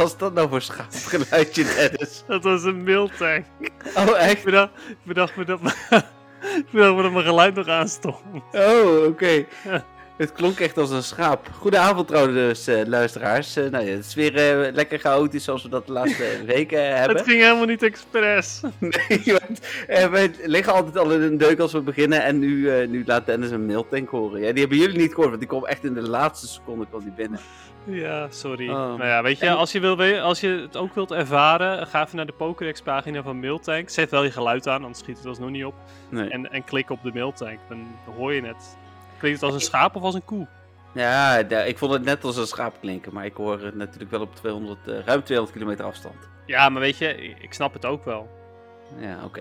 was dat nou voor schaapgeluidje, Dennis? Dat was een Miltank. Oh, echt? Ik bedacht me dat mijn geluid nog aanstond. Oh, oké. Het klonk echt als een schaap. Goedenavond trouwens, luisteraars. Nou ja, het is weer lekker chaotisch zoals we dat de laatste weken hebben. Het ging helemaal niet expres. Nee, want wij liggen altijd al in een deuk als we beginnen. En nu laat Dennis een Miltank horen. Ja, die hebben jullie niet gehoord, want die kwam echt in de laatste seconde binnen. Ja, sorry. Oh. Maar ja, weet je, als je het ook wilt ervaren, ga even naar de Pokédex pagina van Miltank. Zet wel je geluid aan, anders schiet het alsnog niet op. Nee. En klik op de Miltank, dan hoor je het. Klinkt het als een schaap of als een koe? Ja, ik vond het net als een schaap klinken. Maar ik hoor het natuurlijk wel op ruim 200 kilometer afstand. Ja, maar weet je, ik snap het ook wel. Ja, oké.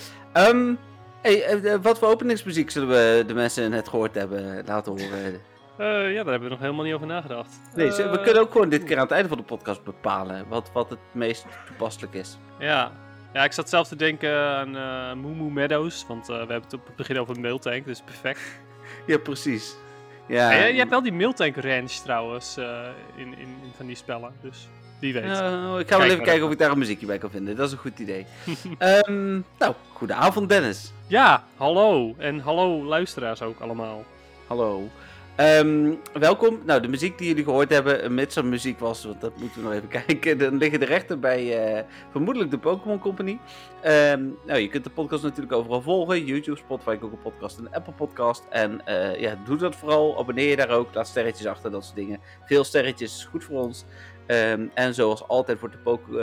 Wat voor openingsmuziek zullen we de mensen net gehoord hebben laten horen? Ja, daar hebben we nog helemaal niet over nagedacht. Nee, we kunnen ook gewoon dit keer aan het einde van de podcast bepalen wat het meest toepasselijk is. Ja, ik zat zelf te denken aan Moo Moo Meadows, want we hebben het op het begin over een Miltank, dus perfect. Ja, precies. Ja, Je hebt wel die Miltank range trouwens in van die spellen, dus wie weet. ik ga wel even kijken of ik daar een muziekje bij kan vinden. Dat is een goed idee. Nou, goedenavond Dennis. Ja, hallo. En hallo luisteraars ook allemaal. Hallo. Welkom. Nou, de muziek die jullie gehoord hebben, mits er muziek was, want dat moeten we nog even kijken, dan liggen de rechten bij vermoedelijk de Pokémon Company. Nou, je kunt de podcast natuurlijk overal volgen. YouTube, Spotify, Google Podcast en Apple Podcast. En doe dat vooral. Abonneer je daar ook. Laat sterretjes achter, dat soort dingen. Veel sterretjes is goed voor ons. En zoals altijd wordt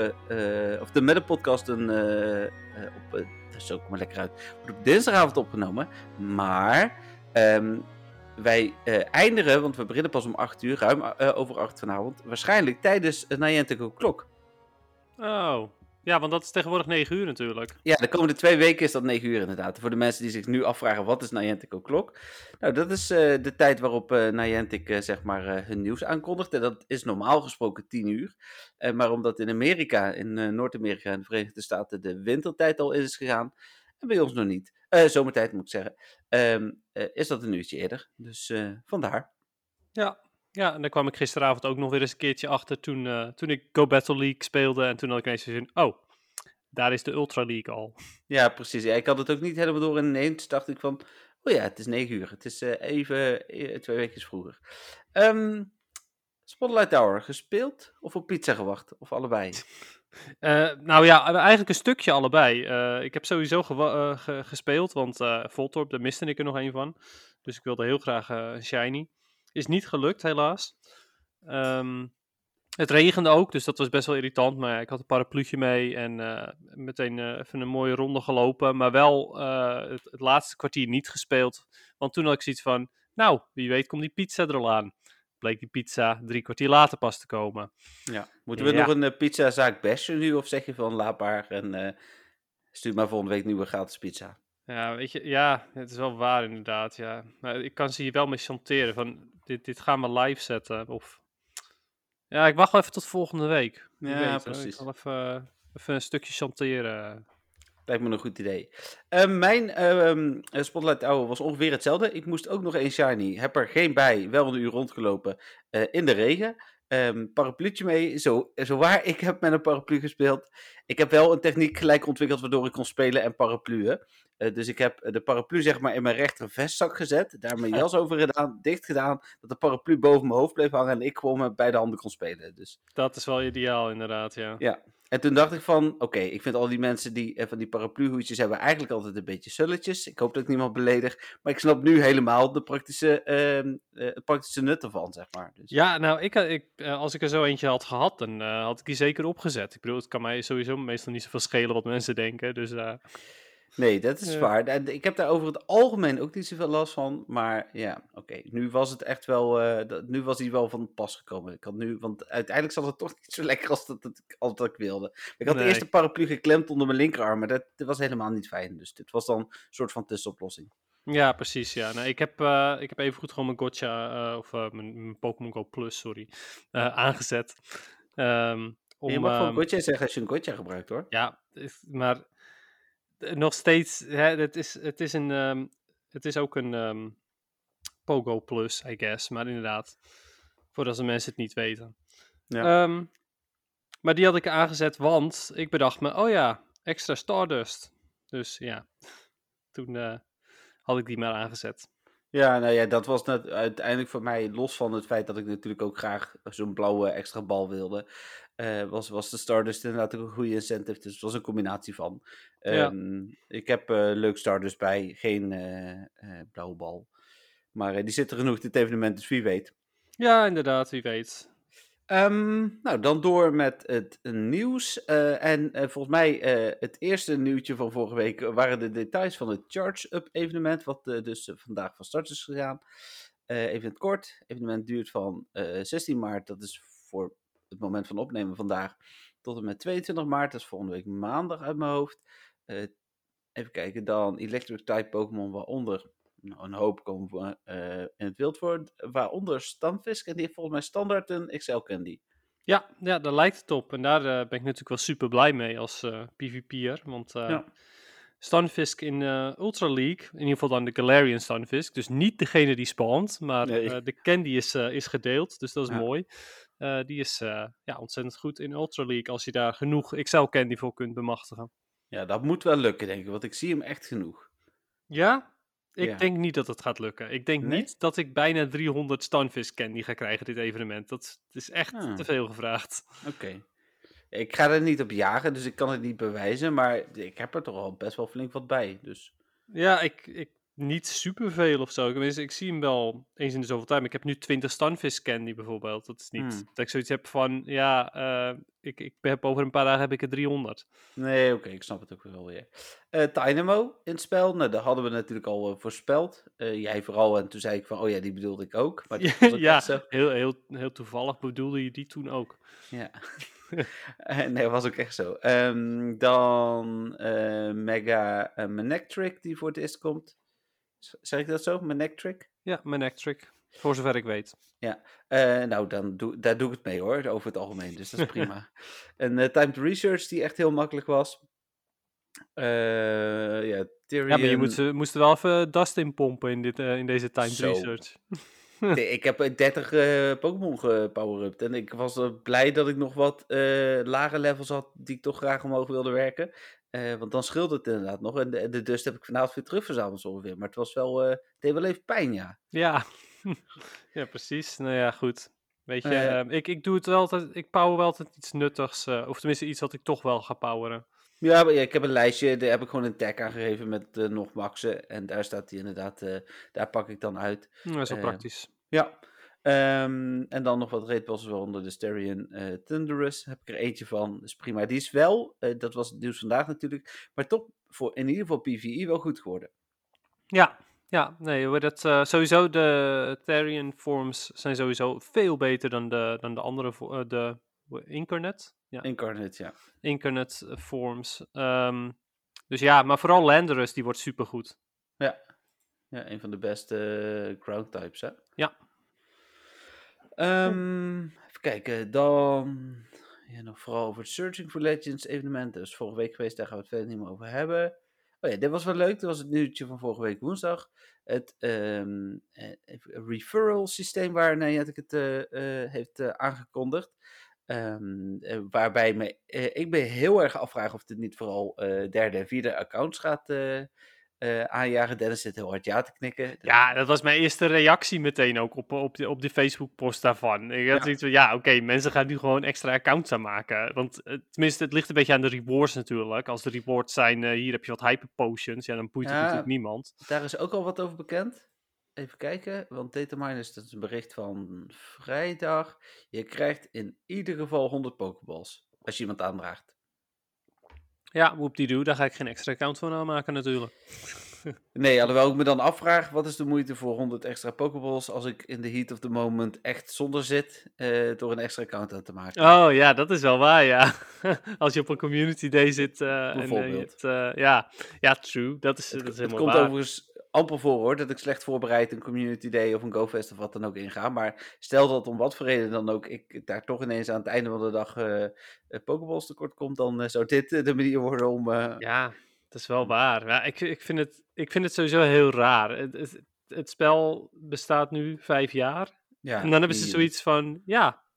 de Meta Podcast dat is ook maar lekker uit. Wordt op dinsdagavond opgenomen. Maar wij eindigen, want we beginnen pas om 8 uur, ruim over 8 vanavond, waarschijnlijk tijdens Niantic O'Clock. Oh, ja, want dat is tegenwoordig 9 uur natuurlijk. Ja, de komende 2 weken is dat 9 uur inderdaad. Voor de mensen die zich nu afvragen, wat is Niantic O'Clock? Nou, dat is de tijd waarop Niantic zeg maar hun nieuws aankondigt. En dat is normaal gesproken 10 uur. Maar omdat in Amerika, in Noord-Amerika en de Verenigde Staten de wintertijd al is gegaan, en bij ons nog niet. Zomertijd moet ik zeggen. Is dat een uurtje eerder. Dus vandaar. Ja, en daar kwam ik gisteravond ook nog weer eens een keertje achter toen ik Go Battle League speelde. En toen had ik ineens zin, daar is de Ultra League al. Ja, precies. Ja, ik had het ook niet helemaal door en ineens dacht ik van, oh ja, het is 9 uur. Het is even 2 weken vroeger. Spotlight Tower gespeeld of op pizza gewacht? Of allebei? Nou ja, eigenlijk een stukje allebei. Ik heb sowieso gespeeld, want Voltorb, daar miste ik er nog een van. Dus ik wilde heel graag een shiny. Is niet gelukt, helaas. Het regende ook, dus dat was best wel irritant. Maar ja, ik had een parapluutje mee en meteen even een mooie ronde gelopen. Maar wel het laatste kwartier niet gespeeld. Want toen had ik zoiets van, nou, wie weet komt die pizza er al aan. Bleek die pizza 3 kwartier later pas te komen. Ja. Moeten we nog een pizzazaak bashen nu? Of zeg je van laat maar en stuur maar volgende week nieuwe gratis pizza? Ja, weet je, ja, het is wel waar inderdaad, ja. Maar ik kan ze hier wel mee chanteren van, dit gaan we live zetten, of... Ja, ik wacht wel even tot volgende week. Wie Ja, weet, precies. Ik zal even een stukje chanteren. Lijkt me een goed idee. Mijn Spotlight Tower was ongeveer hetzelfde. Ik moest ook nog één shiny. Heb er geen bij. Wel een uur rondgelopen in de regen. Parapluutje mee. Zo waar, ik heb met een paraplu gespeeld. Ik heb wel een techniek gelijk ontwikkeld waardoor ik kon spelen en parapluën. Dus ik heb de paraplu zeg maar in mijn rechter vestzak gezet. Daar mijn jas over gedaan, dicht gedaan. Dat de paraplu boven mijn hoofd bleef hangen en ik gewoon met beide handen kon spelen. Dus. Dat is wel ideaal inderdaad, ja. Ja. En toen dacht ik van, oké, ik vind al die mensen die van die parapluhoedjes hebben eigenlijk altijd een beetje sulletjes. Ik hoop dat ik niemand beledig. Maar ik snap nu helemaal het praktische nut ervan, zeg maar. Dus. Ja, nou, als ik er zo eentje had gehad, dan had ik die zeker opgezet. Ik bedoel, het kan mij sowieso meestal niet zoveel schelen wat mensen denken, dus... Nee, dat is waar. Ik heb daar over het algemeen ook niet zoveel last van. Maar ja, oké. Nu was het echt wel. Nu was hij wel van pas gekomen. Want uiteindelijk zat het toch niet zo lekker als dat ik wilde. Ik had eerst een paraplu geklemd onder mijn linkerarm. Maar dat was helemaal niet fijn. Dus dit was dan een soort van tussenoplossing. Ja, precies. Ja. Nou, ik heb even goed gewoon mijn Gotcha, of mijn Pokémon Go Plus, sorry, aangezet. Je mag gewoon Gotcha zeggen als je een Gotcha gebruikt, hoor. Ja, maar nog steeds, het is ook een Pogo Plus, I guess. Maar inderdaad, voor als de mensen het niet weten. Ja. Maar die had ik aangezet, want ik bedacht me, oh ja, extra Stardust. Dus ja, toen had ik die maar aangezet. Ja, nou ja, dat was net uiteindelijk voor mij, los van het feit dat ik natuurlijk ook graag zo'n blauwe extra bal wilde, was de Stardust inderdaad ook een goede incentive. Dus het was een combinatie van. Ja, Ik heb leuk Stardust bij, geen blauwe bal. Maar die zit er genoeg, dit evenement, dus wie weet. ja, inderdaad, wie weet. Nou, dan door met het nieuws. Volgens mij het eerste nieuwtje van vorige week waren de details van het Charge-Up evenement, wat dus vandaag van start is gegaan. Even in het kort, het evenement duurt van 16 maart, dat is voor het moment van opnemen vandaag, tot en met 22 maart, dat is volgende week maandag uit mijn hoofd. Even kijken, dan Electric Type Pokémon, waaronder een hoop komen in het wild voor. Waaronder Stunfisk, en die heeft volgens mij standaard een XL Candy. Ja, daar lijkt het op. En daar ben ik natuurlijk wel super blij mee als PvP'er. Want Ja. Stunfisk in Ultra League, in ieder geval dan de Galarian Stunfisk, dus niet degene die spawnt, maar Nee. de candy is gedeeld, dus dat is Ja. mooi. Die is ontzettend goed in Ultra League als je daar genoeg XL candy voor kunt bemachtigen. Ja, dat moet wel lukken, denk ik, want ik zie hem echt genoeg. Ja? Ik Ja. denk niet dat het gaat lukken. Ik denk Nee? niet dat ik bijna 300 Stunfisk candy ga krijgen dit evenement. Dat is echt te veel gevraagd. Oké. Ik ga er niet op jagen, dus ik kan het niet bewijzen, maar ik heb er toch al best wel flink wat bij. Dus Ja, ik niet superveel of zo. Tenminste, ik zie hem wel eens in de zoveel tijd. Maar ik heb nu 20 Stunfisk candy bijvoorbeeld. Dat is niet dat ik zoiets heb van, ja, ik heb over een paar dagen heb ik er 300. nee, oké, ik snap het ook wel weer. Dynamo in het spel, nou, dat hadden we natuurlijk al voorspeld. Jij vooral, en toen zei ik van, oh ja, die bedoelde ik ook. Maar dat was ook Ja, echt zo. heel toevallig bedoelde je die toen ook. Ja. Nee, dat was ook echt zo. Dan Mega Manectric, die voor het eerst komt. Zeg ik dat zo? Manectric? Ja, Manectric. Voor zover ik weet. Ja. Nou, daar doe ik het mee hoor, over het algemeen. Dus dat is prima. En Timed Research, die echt heel makkelijk was. Ja, Tyrion... Ja, maar je moest er wel even dust in pompen in deze timed Zo. research. Ik heb 30 Pokémon gepower-upt. En ik was blij dat ik nog wat lage levels had die ik toch graag omhoog wilde werken. Want dan scheelde het inderdaad nog. En de dust heb ik vanavond weer terugverzameld zo ongeveer. Maar het was wel, het deed wel even pijn, ja. Ja. Ja, precies. Nou ja, goed. Weet je, ik doe het wel altijd, ik power wel altijd iets nuttigs. Of tenminste iets wat ik toch wel ga poweren. Ja, maar ja, ik heb een lijstje, daar heb ik gewoon een tag aangegeven met nog maxen. En daar staat die inderdaad, daar pak ik dan uit. Dat is wel praktisch. Ja. En dan nog wat raidbosses, waaronder de Styrian Thunderous. Heb ik er eentje van, dat is prima. Die is wel, dat was het nieuws vandaag natuurlijk, maar toch voor in ieder geval PvE wel goed geworden. Ja, nee, sowieso de Therian forms zijn sowieso veel beter dan de andere, de Incarnate. Ja. Incarnate, ja. Incarnate forms. Dus ja, maar vooral Landorus, die wordt supergoed. Ja, een van de beste ground types, hè? Ja. Even kijken, dan nog vooral over het Searching for Legends evenement. Dat is vorige week geweest, daar gaan we het verder niet meer over hebben. Oh ja, dit was wel leuk. Dat was het nieuwtje van vorige week woensdag. Het referral systeem waar Niantic het heeft aangekondigd. Waarbij ik me heel erg afvraag of dit niet vooral derde en vierde accounts gaat aanjagen. Dennis zit heel hard ja te knikken. Ja, dat was mijn eerste reactie meteen ook op de Facebook-post daarvan. Ik had zoiets van, oké, mensen gaan nu gewoon extra accounts aanmaken. Want tenminste, het ligt een beetje aan de rewards natuurlijk. Als de rewards zijn, hier heb je wat hyper potions, ja, dan boeit het natuurlijk niemand. Daar is ook al wat over bekend. Even kijken, want Dataminers, dat is een bericht van vrijdag. Je krijgt in ieder geval 100 Pokeballs als je iemand aandraagt. Ja, whoop-die-doo, daar ga ik geen extra account van aanmaken natuurlijk. Nee, alhoewel ik me dan afvraag, wat is de moeite voor 100 extra Pokeballs als ik in de heat of the moment echt zonder zit door een extra account aan te maken? Oh ja, dat is wel waar, ja. Als je op een community day zit Bijvoorbeeld. ja, true, dat is helemaal waar. Het komt overigens amper voor hoor, dat ik slecht voorbereid een community day of een GoFest of wat dan ook inga. Maar stel dat om wat voor reden dan ook ik daar toch ineens aan het einde van de dag Pokeballs tekort komt, dan zou dit de manier worden om... Ja, dat is wel waar. Ja, ik vind het sowieso heel raar. Het spel bestaat nu 5 jaar. Ja, En dan hebben ze zoiets van,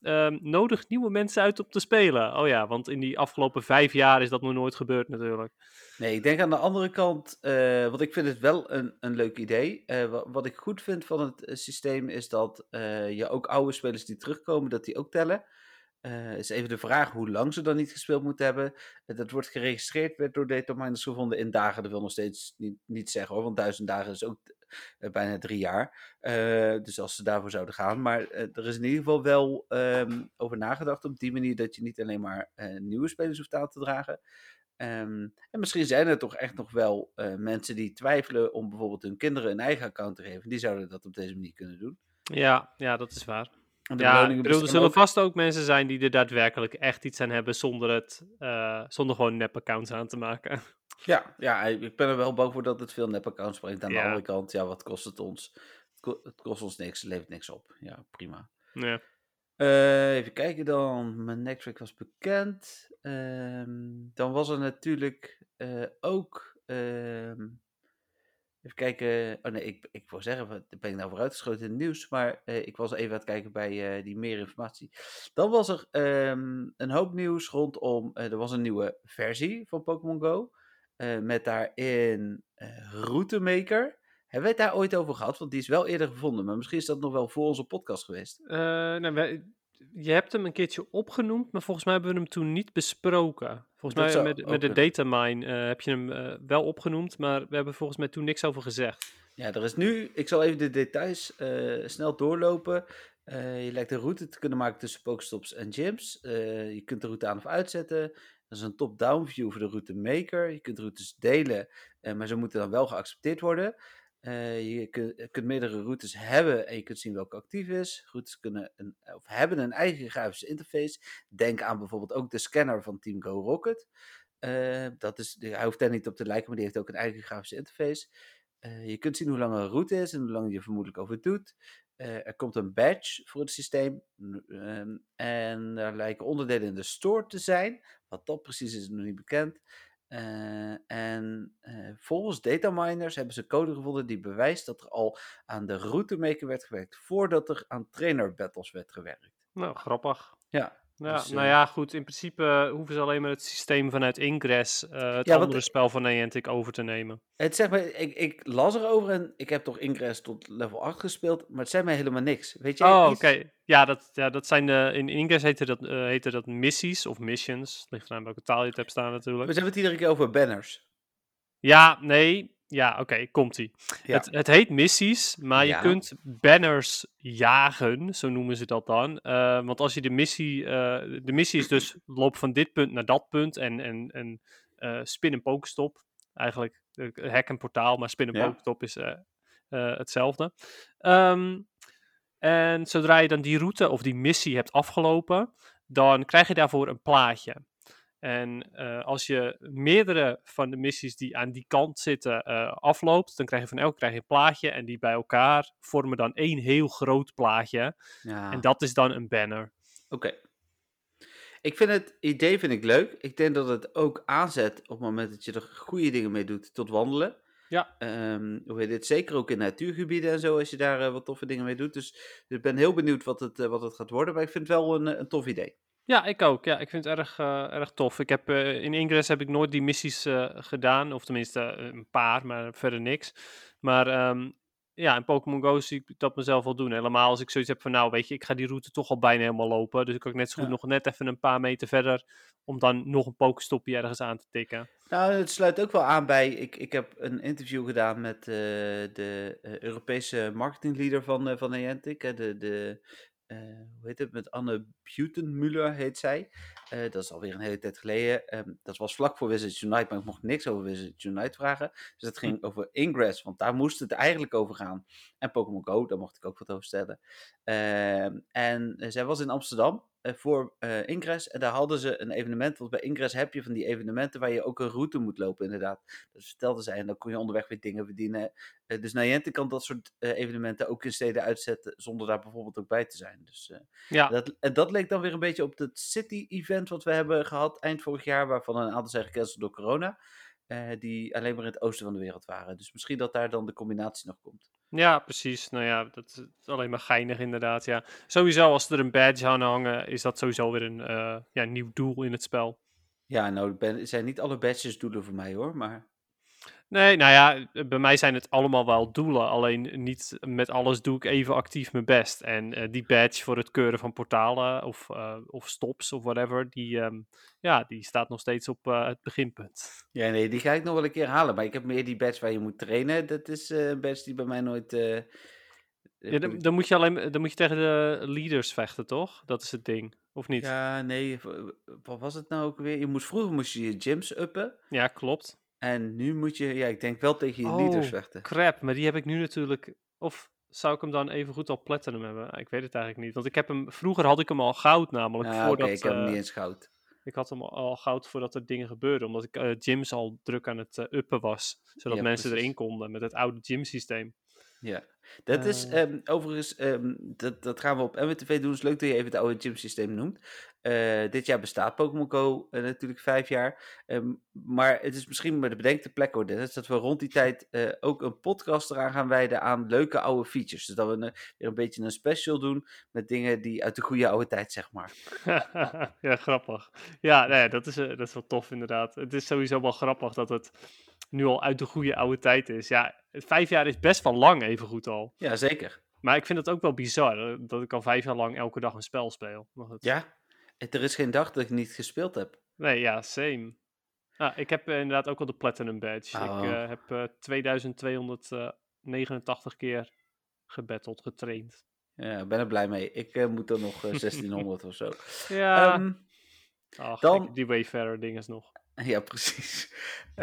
nodig nieuwe mensen uit om te spelen. Oh ja, want in die afgelopen 5 jaar is dat nog nooit gebeurd natuurlijk. Nee, ik denk aan de andere kant, want ik vind het wel een leuk idee. Wat ik goed vind van het systeem is dat je ook oude spelers die terugkomen, dat die ook tellen. Is even de vraag hoe lang ze dan niet gespeeld moeten hebben. Dat wordt geregistreerd, werd door dataminers gevonden in dagen. Dat wil nog steeds niet zeggen hoor, want 1000 dagen is ook bijna 3 jaar. Dus als ze daarvoor zouden gaan. Maar er is in ieder geval wel over nagedacht op die manier dat je niet alleen maar nieuwe spelers hoeft aan te dragen. En misschien zijn er toch echt nog wel mensen die twijfelen om bijvoorbeeld hun kinderen een eigen account te geven. Die zouden dat op deze manier kunnen doen. Ja, dat is waar. En de Ja, ik beloningen bedoel, er bestaan zullen ook. vast ook mensen zijn die er daadwerkelijk echt iets aan hebben zonder gewoon nep-accounts aan te maken. Ja, ik ben er wel bang voor dat het veel nep-accounts brengt. Aan de Ja. andere kant, ja, wat kost het ons? Het kost ons niks, het levert niks op. Ja, prima. Ja. Even kijken dan. Mijn next was bekend. Dan was er natuurlijk ook... even kijken. Oh nee, ik wou zeggen, wat ben ik nou vooruitgeschoten in het nieuws? Maar ik was even aan het kijken bij die meer informatie. Dan was er een hoop nieuws rondom... er was een nieuwe versie van Pokémon Go. Met daarin Routemaker. Hebben we het daar ooit over gehad? Want die is wel eerder gevonden. Maar misschien is dat nog wel voor onze podcast geweest. Je hebt hem een keertje opgenoemd, maar volgens mij hebben we hem toen niet besproken. Volgens mij zou met ook de kunnen. datamine heb je hem wel opgenoemd, maar we hebben volgens mij toen niks over gezegd. Ja, er is nu... Ik zal even de details snel doorlopen. Je lijkt een route te kunnen maken tussen Pokestops en gyms. Je kunt de route aan of uitzetten. Er is een top-down view voor de route maker. Je kunt routes delen, maar ze moeten dan wel geaccepteerd worden. Je kunt meerdere routes hebben en je kunt zien welke actief is. Routes hebben een eigen grafische interface. Denk aan bijvoorbeeld ook de scanner van Team Go Rocket. Hij hoeft daar niet op te lijken, maar die heeft ook een eigen grafische interface. Je kunt zien hoe lang een route is en hoe lang je vermoedelijk over doet. Er komt een badge voor het systeem. En er lijken onderdelen in de store te zijn. Wat dat precies is nog niet bekend. Volgens dataminers hebben ze code gevonden die bewijst dat er al aan de routemaker werd gewerkt voordat er aan trainer battles werd gewerkt. Nou, grappig. Ja. Ja, Dus, nou ja, goed. In principe hoeven ze alleen maar het systeem vanuit Ingress, het Ja, andere spel van Niantic, over te nemen. Het zeg maar, ik las erover en ik heb toch Ingress tot level 8 gespeeld, maar het zei mij helemaal niks. Weet jij Oh, iets? oké. Ja, dat zijn in Ingress heette dat missies of missions. Ligt eraan welke taal je het hebt staan natuurlijk. We hebben het iedere keer over banners. Ja, nee. Ja, oké, komt-ie. Ja. Het heet missies, maar je Ja. kunt banners jagen, zo noemen ze dat dan. Want als je de missie is dus loop van dit punt naar dat punt en spin een pokestop. Eigenlijk hack een portaal, maar spin een Ja. pokestop is hetzelfde. En zodra je dan die route of die missie hebt afgelopen, dan krijg je daarvoor een plaatje. En als je meerdere van de missies die aan die kant zitten afloopt, dan krijg je van elke een plaatje en die bij elkaar vormen dan één heel groot plaatje. Ja. En dat is dan een banner. Oké. Ik vind het idee leuk. Ik denk dat het ook aanzet op het moment dat je er goede dingen mee doet tot wandelen. Ja. Hoe heet dit? Zeker ook in natuurgebieden en zo, als je daar wat toffe dingen mee doet. Dus ik ben heel benieuwd wat het gaat worden, maar ik vind het wel een tof idee. Ja, ik ook. Ja, ik vind het erg tof. Ik heb, in Ingress heb ik nooit die missies gedaan. Of tenminste een paar, maar verder niks. Maar ja, in Pokémon Go zie ik dat mezelf wel doen. Helemaal als ik zoiets heb van, nou weet je, ik ga die route toch al bijna helemaal lopen. Dus ik kan net zo goed nog net even een paar meter verder om dan nog een Pokestopje ergens aan te tikken. Nou, het sluit ook wel aan bij... Ik heb een interview gedaan met de Europese marketingleader van Niantic. Hoe heet het? Met Anne Butenmuller heet zij. Dat is alweer een hele tijd geleden. Dat was vlak voor Wizards Unite, maar ik mocht niks over Wizards Unite vragen. Dus het ging over Ingress, want daar moest het eigenlijk over gaan. En Pokémon Go, daar mocht ik ook wat over stellen. En zij was in Amsterdam voor Ingress. En daar hadden ze een evenement. Want bij Ingress heb je van die evenementen waar je ook een route moet lopen, inderdaad. Dat vertelde zij. En dan kon je onderweg weer dingen verdienen. Dus Niantic kan dat soort evenementen ook in steden uitzetten zonder daar bijvoorbeeld ook bij te zijn. Dus Ja. dat leek dan weer een beetje op het City-event wat we hebben gehad eind vorig jaar, waarvan een aantal zijn gecanceld door corona. Die alleen maar in het oosten van de wereld waren. Dus misschien dat daar dan de combinatie nog komt. Ja, precies. Nou ja, dat is alleen maar geinig inderdaad, ja. Sowieso, als er een badge aan hangen, is dat sowieso weer een nieuw doel in het spel. Ja, nou zijn niet alle badges doelen voor mij hoor, maar... Nee, nou ja, bij mij zijn het allemaal wel doelen. Alleen niet met alles doe ik even actief mijn best. En die badge voor het keuren van portalen of stops of whatever, die staat nog steeds op het beginpunt. Ja, nee, die ga ik nog wel een keer halen. Maar ik heb meer die badge waar je moet trainen. Dat is een badge die bij mij nooit... Ja, dan moet je tegen de leaders vechten, toch? Dat is het ding, of niet? Ja, nee, wat was het nou ook weer? Vroeger moest je je gyms uppen. Ja, klopt. En nu moet je, ja, ik denk wel tegen je leaders Oh, vechten. crap. Maar die heb ik nu natuurlijk... Of zou ik hem dan even goed al platinum hebben? Ik weet het eigenlijk niet. Want ik heb hem... Vroeger had ik hem al goud namelijk. Ah, oké, Voordat... ik heb hem niet eens goud. Ik had hem al goud voordat er dingen gebeurden. Omdat ik gyms al druk aan het uppen was. Zodat Ja, mensen precies. erin konden met het oude gymsysteem. Ja, dat is overigens, dat gaan we op MWTV doen. Het is leuk dat je even het oude gymsysteem noemt. Dit jaar bestaat Pokémon Go natuurlijk 5 jaar. Maar het is misschien maar de bedenkte plek hoor, Dennis, dat we rond die tijd ook een podcast eraan gaan wijden aan leuke oude features. Dus dat we weer een beetje een special doen met dingen die uit de goede oude tijd, zeg maar. Ja, grappig. Ja, nee, dat is wel tof inderdaad. Het is sowieso wel grappig dat het nu al uit de goede oude tijd is. Ja, 5 jaar is best wel lang even goed al. Ja, zeker. Maar ik vind het ook wel bizar dat ik al 5 jaar lang elke dag een spel speel. Maar goed. Ja, er is geen dag dat ik niet gespeeld heb. Nee, ja, same. Ik heb inderdaad ook al de Platinum Badge. Ik Oh. heb 2289 keer gebatteld, getraind. Ja, ik ben er blij mee. Ik moet er nog 1600 of zo. Ja, ach, Dan, die Wayfarer ding is nog. ja, precies.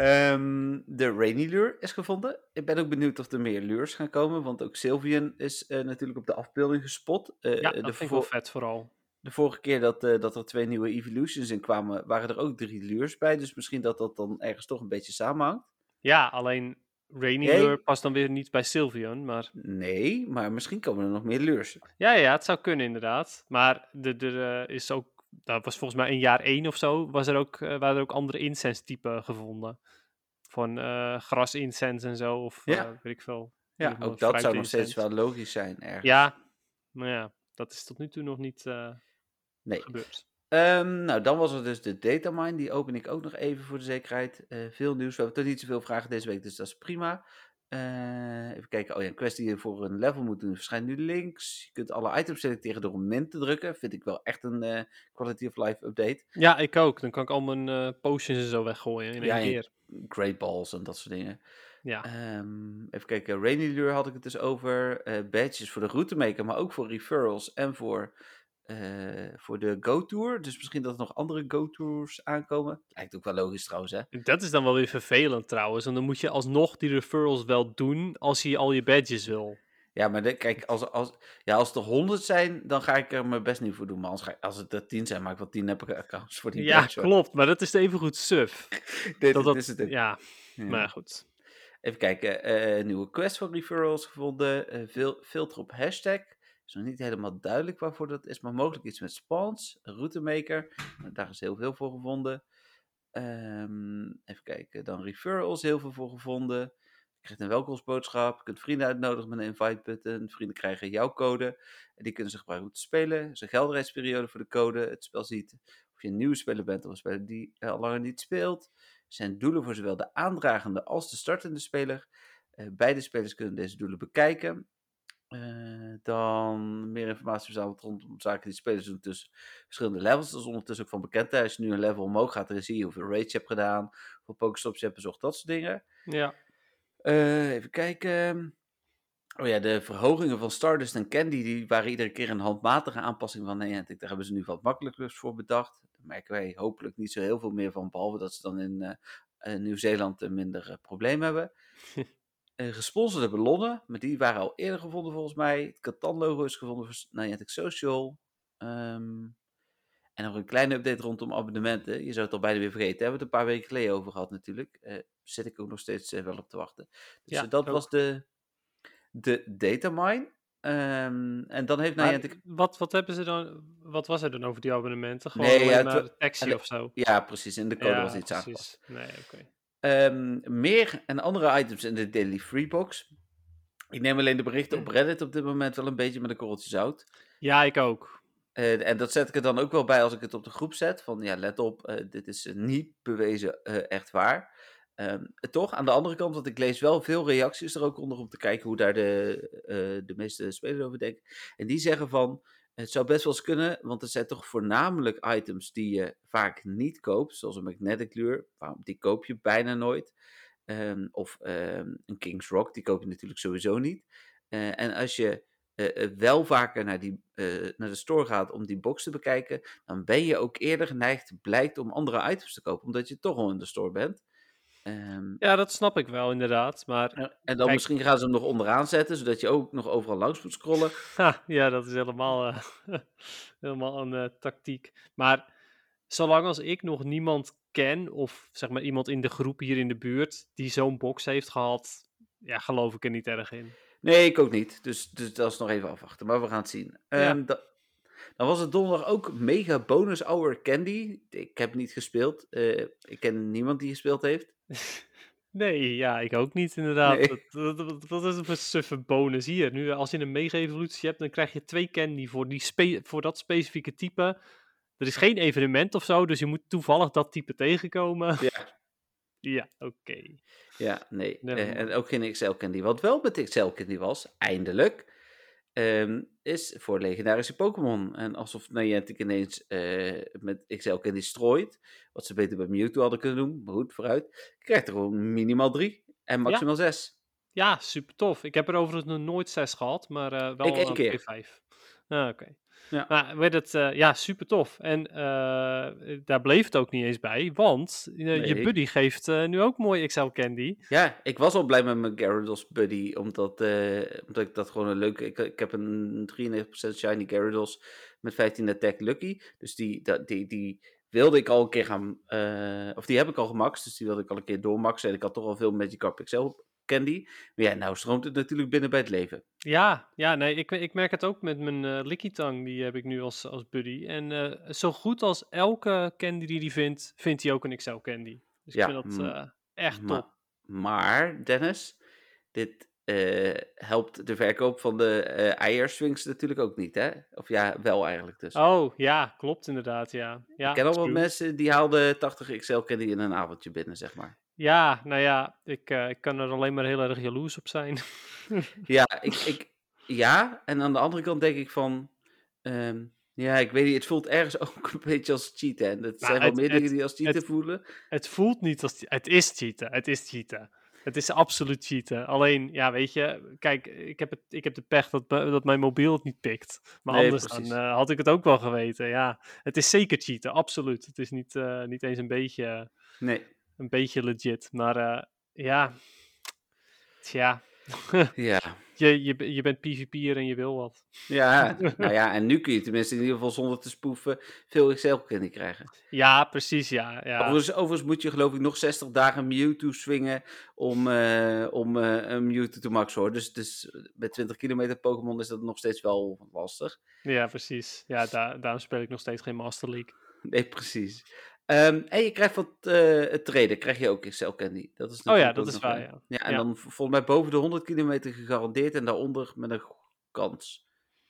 De Rainy Lure is gevonden. Ik ben ook benieuwd of er meer lures gaan komen, want ook Sylveon is natuurlijk op de afbeelding gespot. Ja, dat vind ik wel vet vooral. De vorige keer dat er 2 nieuwe Evolutions in kwamen, waren er ook 3 lures bij. Dus misschien dat dat dan ergens toch een beetje samenhangt. Ja, alleen Rainy Lure past dan weer niet bij Sylveon, maar... Nee, maar misschien komen er nog meer lures. Ja, het zou kunnen inderdaad. Maar er is ook... Dat was volgens mij in jaar 1 of zo, waren er ook andere incense typen gevonden. Van gras-incense en zo, of Ja. weet ik veel. Ja, ook dat zou nog steeds wel logisch zijn ergens. Ja, maar ja, dat is tot nu toe nog niet Nee. gebeurd. Nou, dan was er dus de datamine. Die open ik ook nog even voor de zekerheid. Veel nieuws. We hebben toch niet zoveel vragen deze week, dus dat is prima. Even kijken. Oh ja, een quest die je voor een level moet doen verschijnt nu links. Je kunt alle items selecteren door een min te drukken. Vind ik wel echt een quality of life update. Ja, ik ook. Dan kan ik al mijn potions en zo weggooien in één keer. Great balls en dat soort dingen. Ja. Even kijken. Rainy Lure had ik het dus over. Badges voor de routemaker, maar ook voor referrals en voor de Go-Tour. Dus misschien dat er nog andere Go-Tours aankomen. Lijkt ook wel logisch trouwens, hè? Dat is dan wel weer vervelend trouwens. Want dan moet je alsnog die referrals wel doen als je al je badges wil. Ja, maar kijk, als het er 100 zijn, dan ga ik er mijn best niet voor doen. Maar als het er 10 zijn, maak ik wel 10 accounts voor die badge. Ja, klopt. Maar dat is even goed suf. Dat is het ook. Ja, maar goed. Even kijken. Nieuwe quest voor referrals gevonden. Filter op hashtag. Is nog niet helemaal duidelijk waarvoor dat is, maar mogelijk iets met spawns. Een routemaker. Daar is heel veel voor gevonden. Even kijken. Dan referrals, heel veel voor gevonden. Je krijgt een welkomstboodschap. Je kunt vrienden uitnodigen met een invite button. Vrienden krijgen jouw code. En die kunnen ze gebruiken om te spelen. Er is een geldigheidsperiode voor de code. Het spel ziet of je een nieuwe speler bent of een speler die al langer niet speelt. Er zijn doelen voor zowel de aandragende als de startende speler. Beide spelers kunnen deze doelen bekijken. Dan meer informatie verzameld rondom zaken die spelers doen tussen verschillende levels. Dat is ondertussen ook van bekend. Als je nu een level omhoog gaat, dan zie je hoeveel raids je hebt gedaan, hoeveel pokestops je hebt bezocht, dat soort dingen. Ja. Even kijken. Oh ja, de verhogingen van Stardust en Candy, die waren iedere keer een handmatige aanpassing van Niantic. Daar hebben ze nu wat makkelijker voor bedacht. Daar merken wij hopelijk niet zo heel veel meer van, behalve dat ze dan in Nieuw-Zeeland minder probleem hebben. Gesponsorde ballonnen, maar die waren al eerder gevonden volgens mij. Het Catan-logo is gevonden voor Niantic Social. En nog een kleine update rondom abonnementen. Je zou het al bijna weer vergeten. Hebben we het een paar weken geleden over gehad natuurlijk. Zit ik ook nog steeds wel op te wachten. Dus Ja, dat ook. was de datamine. En dan heeft Niantic... Wat hebben ze dan? Wat was er dan over die abonnementen? Gewoon Nee, alleen maar taxi of zo? Ja, precies. In de code was iets aangepast. Nee, oké. Meer en andere items in de Daily Freebox. Ik neem alleen de berichten op Reddit op dit moment wel een beetje met een korreltje zout. Ja, ik ook. En dat zet ik er dan ook wel bij als ik het op de groep zet. Van ja, let op, dit is niet bewezen echt waar. Toch, aan de andere kant, want ik lees wel veel reacties er ook onder om te kijken hoe daar de meeste spelers over denken. En die zeggen van, het zou best wel eens kunnen, want het zijn toch voornamelijk items die je vaak niet koopt. Zoals een Magnetic Lure, die koop je bijna nooit. Of een King's Rock, die koop je natuurlijk sowieso niet. En als je wel vaker naar de store gaat om die box te bekijken, dan ben je ook eerder geneigd, blijkt, om andere items te kopen, omdat je toch al in de store bent. Ehm, Ja, dat snap ik wel inderdaad. Maar en dan kijk, misschien gaan ze hem nog onderaan zetten, zodat je ook nog overal langs moet scrollen. ja, dat is helemaal, helemaal een tactiek. Maar zolang als ik nog niemand ken, of zeg maar iemand in de groep hier in de buurt, die zo'n box heeft gehad, ja, geloof ik er niet erg in. Nee, ik ook niet. Dus dat is nog even afwachten. Maar we gaan het zien. Ja. Dan was het donderdag ook mega bonus hour candy. Ik heb niet gespeeld. Ik ken niemand die gespeeld heeft. Nee, ja, ik ook niet inderdaad. Nee. Wat is het voor suffe bonus hier? Nu, als je een mega-evolutie hebt, dan krijg je 2 candy voor, voor dat specifieke type. Er is geen evenement of zo, dus je moet toevallig dat type tegenkomen. Ja. Ja, oké. Ja, nee. Never En mind. ook geen XL Candy. Wat wel met XL Candy was, eindelijk, is voor legendarische Pokémon. En alsof Niantic ineens met XL Candy strooit, wat ze beter bij Mewtwo hadden kunnen doen, maar goed, vooruit, krijgt er gewoon minimaal 3 en Ja, maximaal 6. ja, super tof. Ik heb er overigens nog nooit 6 gehad, maar Ik wel één een keer. P5. Ah, oké. Ja. Maar werd het, ja, super tof. En daar bleef het ook niet eens bij, want je Nee. buddy geeft nu ook mooi XL Candy. Ja, ik was al blij met mijn Gyarados buddy, omdat ik dat gewoon een leuke... Ik heb een 93% shiny Gyarados met 15 attack lucky. Dus die wilde ik al een keer gaan... of die heb ik al gemaxt, dus die wilde ik al een keer doormaxen. En ik had toch al veel Magikarp XL candy. Maar ja, nou stroomt het natuurlijk binnen bij het leven. Ja, ja, nee, ik merk het ook met mijn Lickitung, die heb ik nu als buddy. En zo goed als elke candy die vindt, vindt hij ook een XL candy. Dus ik Ja, vind dat echt top. maar Dennis, dit helpt de verkoop van de eierswings natuurlijk ook niet, hè? Of ja, wel eigenlijk dus. Oh, ja, klopt inderdaad, ja. Ik Ja, ken al wat true. mensen die haalden 80 XL candy in een avondje binnen, zeg maar. Ja, nou ja, ik kan er alleen maar heel erg jaloers op zijn. Ja, ja, en aan de andere kant denk ik van, ja, ik weet niet, het voelt ergens ook een beetje als cheaten. En dat Nou, zijn wel meer dingen die als cheaten het, voelen. het voelt niet als... Het is cheaten, het is cheaten. Het is absoluut cheaten. Alleen, ja, weet je, kijk, ik heb de pech dat mijn mobiel het niet pikt. Maar Nee, anders dan precies. had ik het ook wel geweten, ja. Het is zeker cheaten, absoluut. Het is niet eens Nee, een beetje legit. Maar ja, tja. ja. Je bent PvP'er en je wil wat. Ja, nou ja, en nu kun je tenminste in ieder geval zonder te spoeven veel XL candy krijgen. Ja, precies, ja. Ja. Overigens moet je geloof ik nog 60 dagen Mewtwo swingen om een Mewtwo te maxen hoor. Dus met 20 kilometer Pokémon is dat nog steeds wel lastig. Ja, precies. Ja, daarom speel ik nog steeds geen Master League. Nee, precies. En je krijgt wat het treden, krijg je ook XL Candy. Dat is Oh ja, natuurlijk dat ook is nog... waar, ja. ja, en Ja. dan volgens mij boven de 100 kilometer gegarandeerd en daaronder met een kans.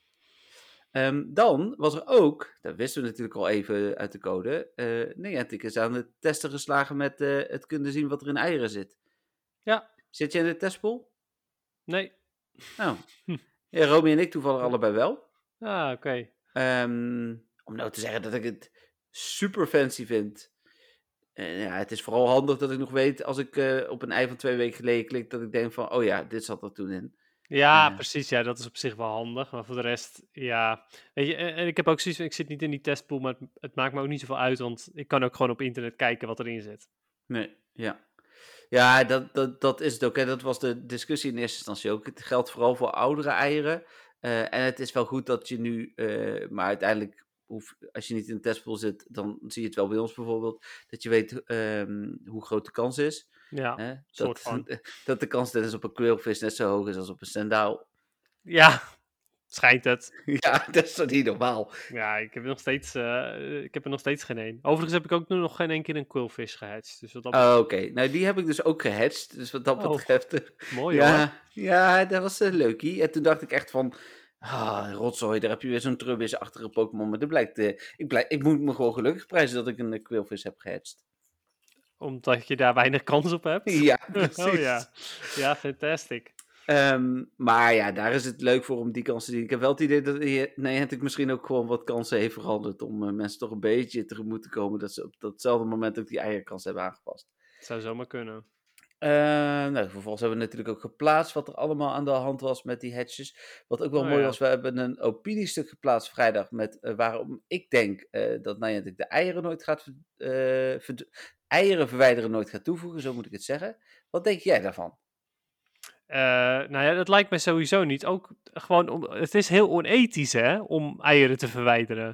Dan was er ook, dat wisten we natuurlijk al even uit de code, Niantic is aan het testen geslagen met het kunnen zien wat er in eieren zit. Ja, Zit je in de testpool? nee. Nou, Hm. ja, Romy en ik toevallig allebei wel. Ah, oké. Om nou te zeggen dat ik het super fancy vind. Ja, het is vooral handig dat ik nog weet als ik op een ei van 2 weken geleden klik, dat ik denk van, oh ja, dit zat er toen in. Ja, precies. Ja, dat is op zich wel handig. Maar voor de rest, ja. Weet je, en ik heb ook zoiets van, ik zit niet in die testpool, maar het maakt me ook niet zoveel uit, want ik kan ook gewoon op internet kijken wat erin zit. Nee, ja. Ja, dat is het ook. Hè. Dat was de discussie in eerste instantie ook. Het geldt vooral voor oudere eieren. En het is wel goed dat je nu, maar uiteindelijk, als je niet in de testpool zit, dan zie je het wel bij ons bijvoorbeeld, dat je weet hoe groot de kans is. Ja, Hè? soort van. Dat de kans dus op een quailvis net zo hoog is als op een sendaal. Ja, Schijnt het. Ja, dat is toch niet normaal? Ja, ik heb er nog steeds geen één. Overigens heb ik ook nog geen één keer een quillfish gehatcht. Dus wat dat Oh, betreft. oké. Nou, die heb ik dus ook gehatcht. Dus wat dat Oh, betreft... mooi hoor. ja, dat was leukie. En toen dacht ik echt van... rotzooi, daar heb je weer zo'n Trubbish-achtige Pokémon. Maar dat blijkt... ik moet me gewoon gelukkig prijzen dat ik een Quillfish heb gehatcht. Omdat je daar weinig kans op hebt. Ja, Oh precies. ja. Ja, fantastic. Maar ja, daar is het leuk voor om die kansen te zien. Ik heb wel het idee dat Niantic misschien ook gewoon wat kansen heeft veranderd. Om mensen toch een beetje tegemoet te komen. Dat ze op datzelfde moment ook die eierkans hebben aangepast. Het zou zomaar kunnen. Nou, vervolgens hebben we natuurlijk ook geplaatst wat er allemaal aan de hand was met die hatches. Wat ook wel Oh mooi ja. was, we hebben een opiniestuk geplaatst vrijdag met waarom ik denk dat Niantic de eieren nooit gaat eieren verwijderen nooit gaat toevoegen, zo moet ik het zeggen. Wat denk jij daarvan? Nou ja, dat lijkt mij sowieso niet. Ook gewoon, het is heel onethisch hè, om eieren te verwijderen.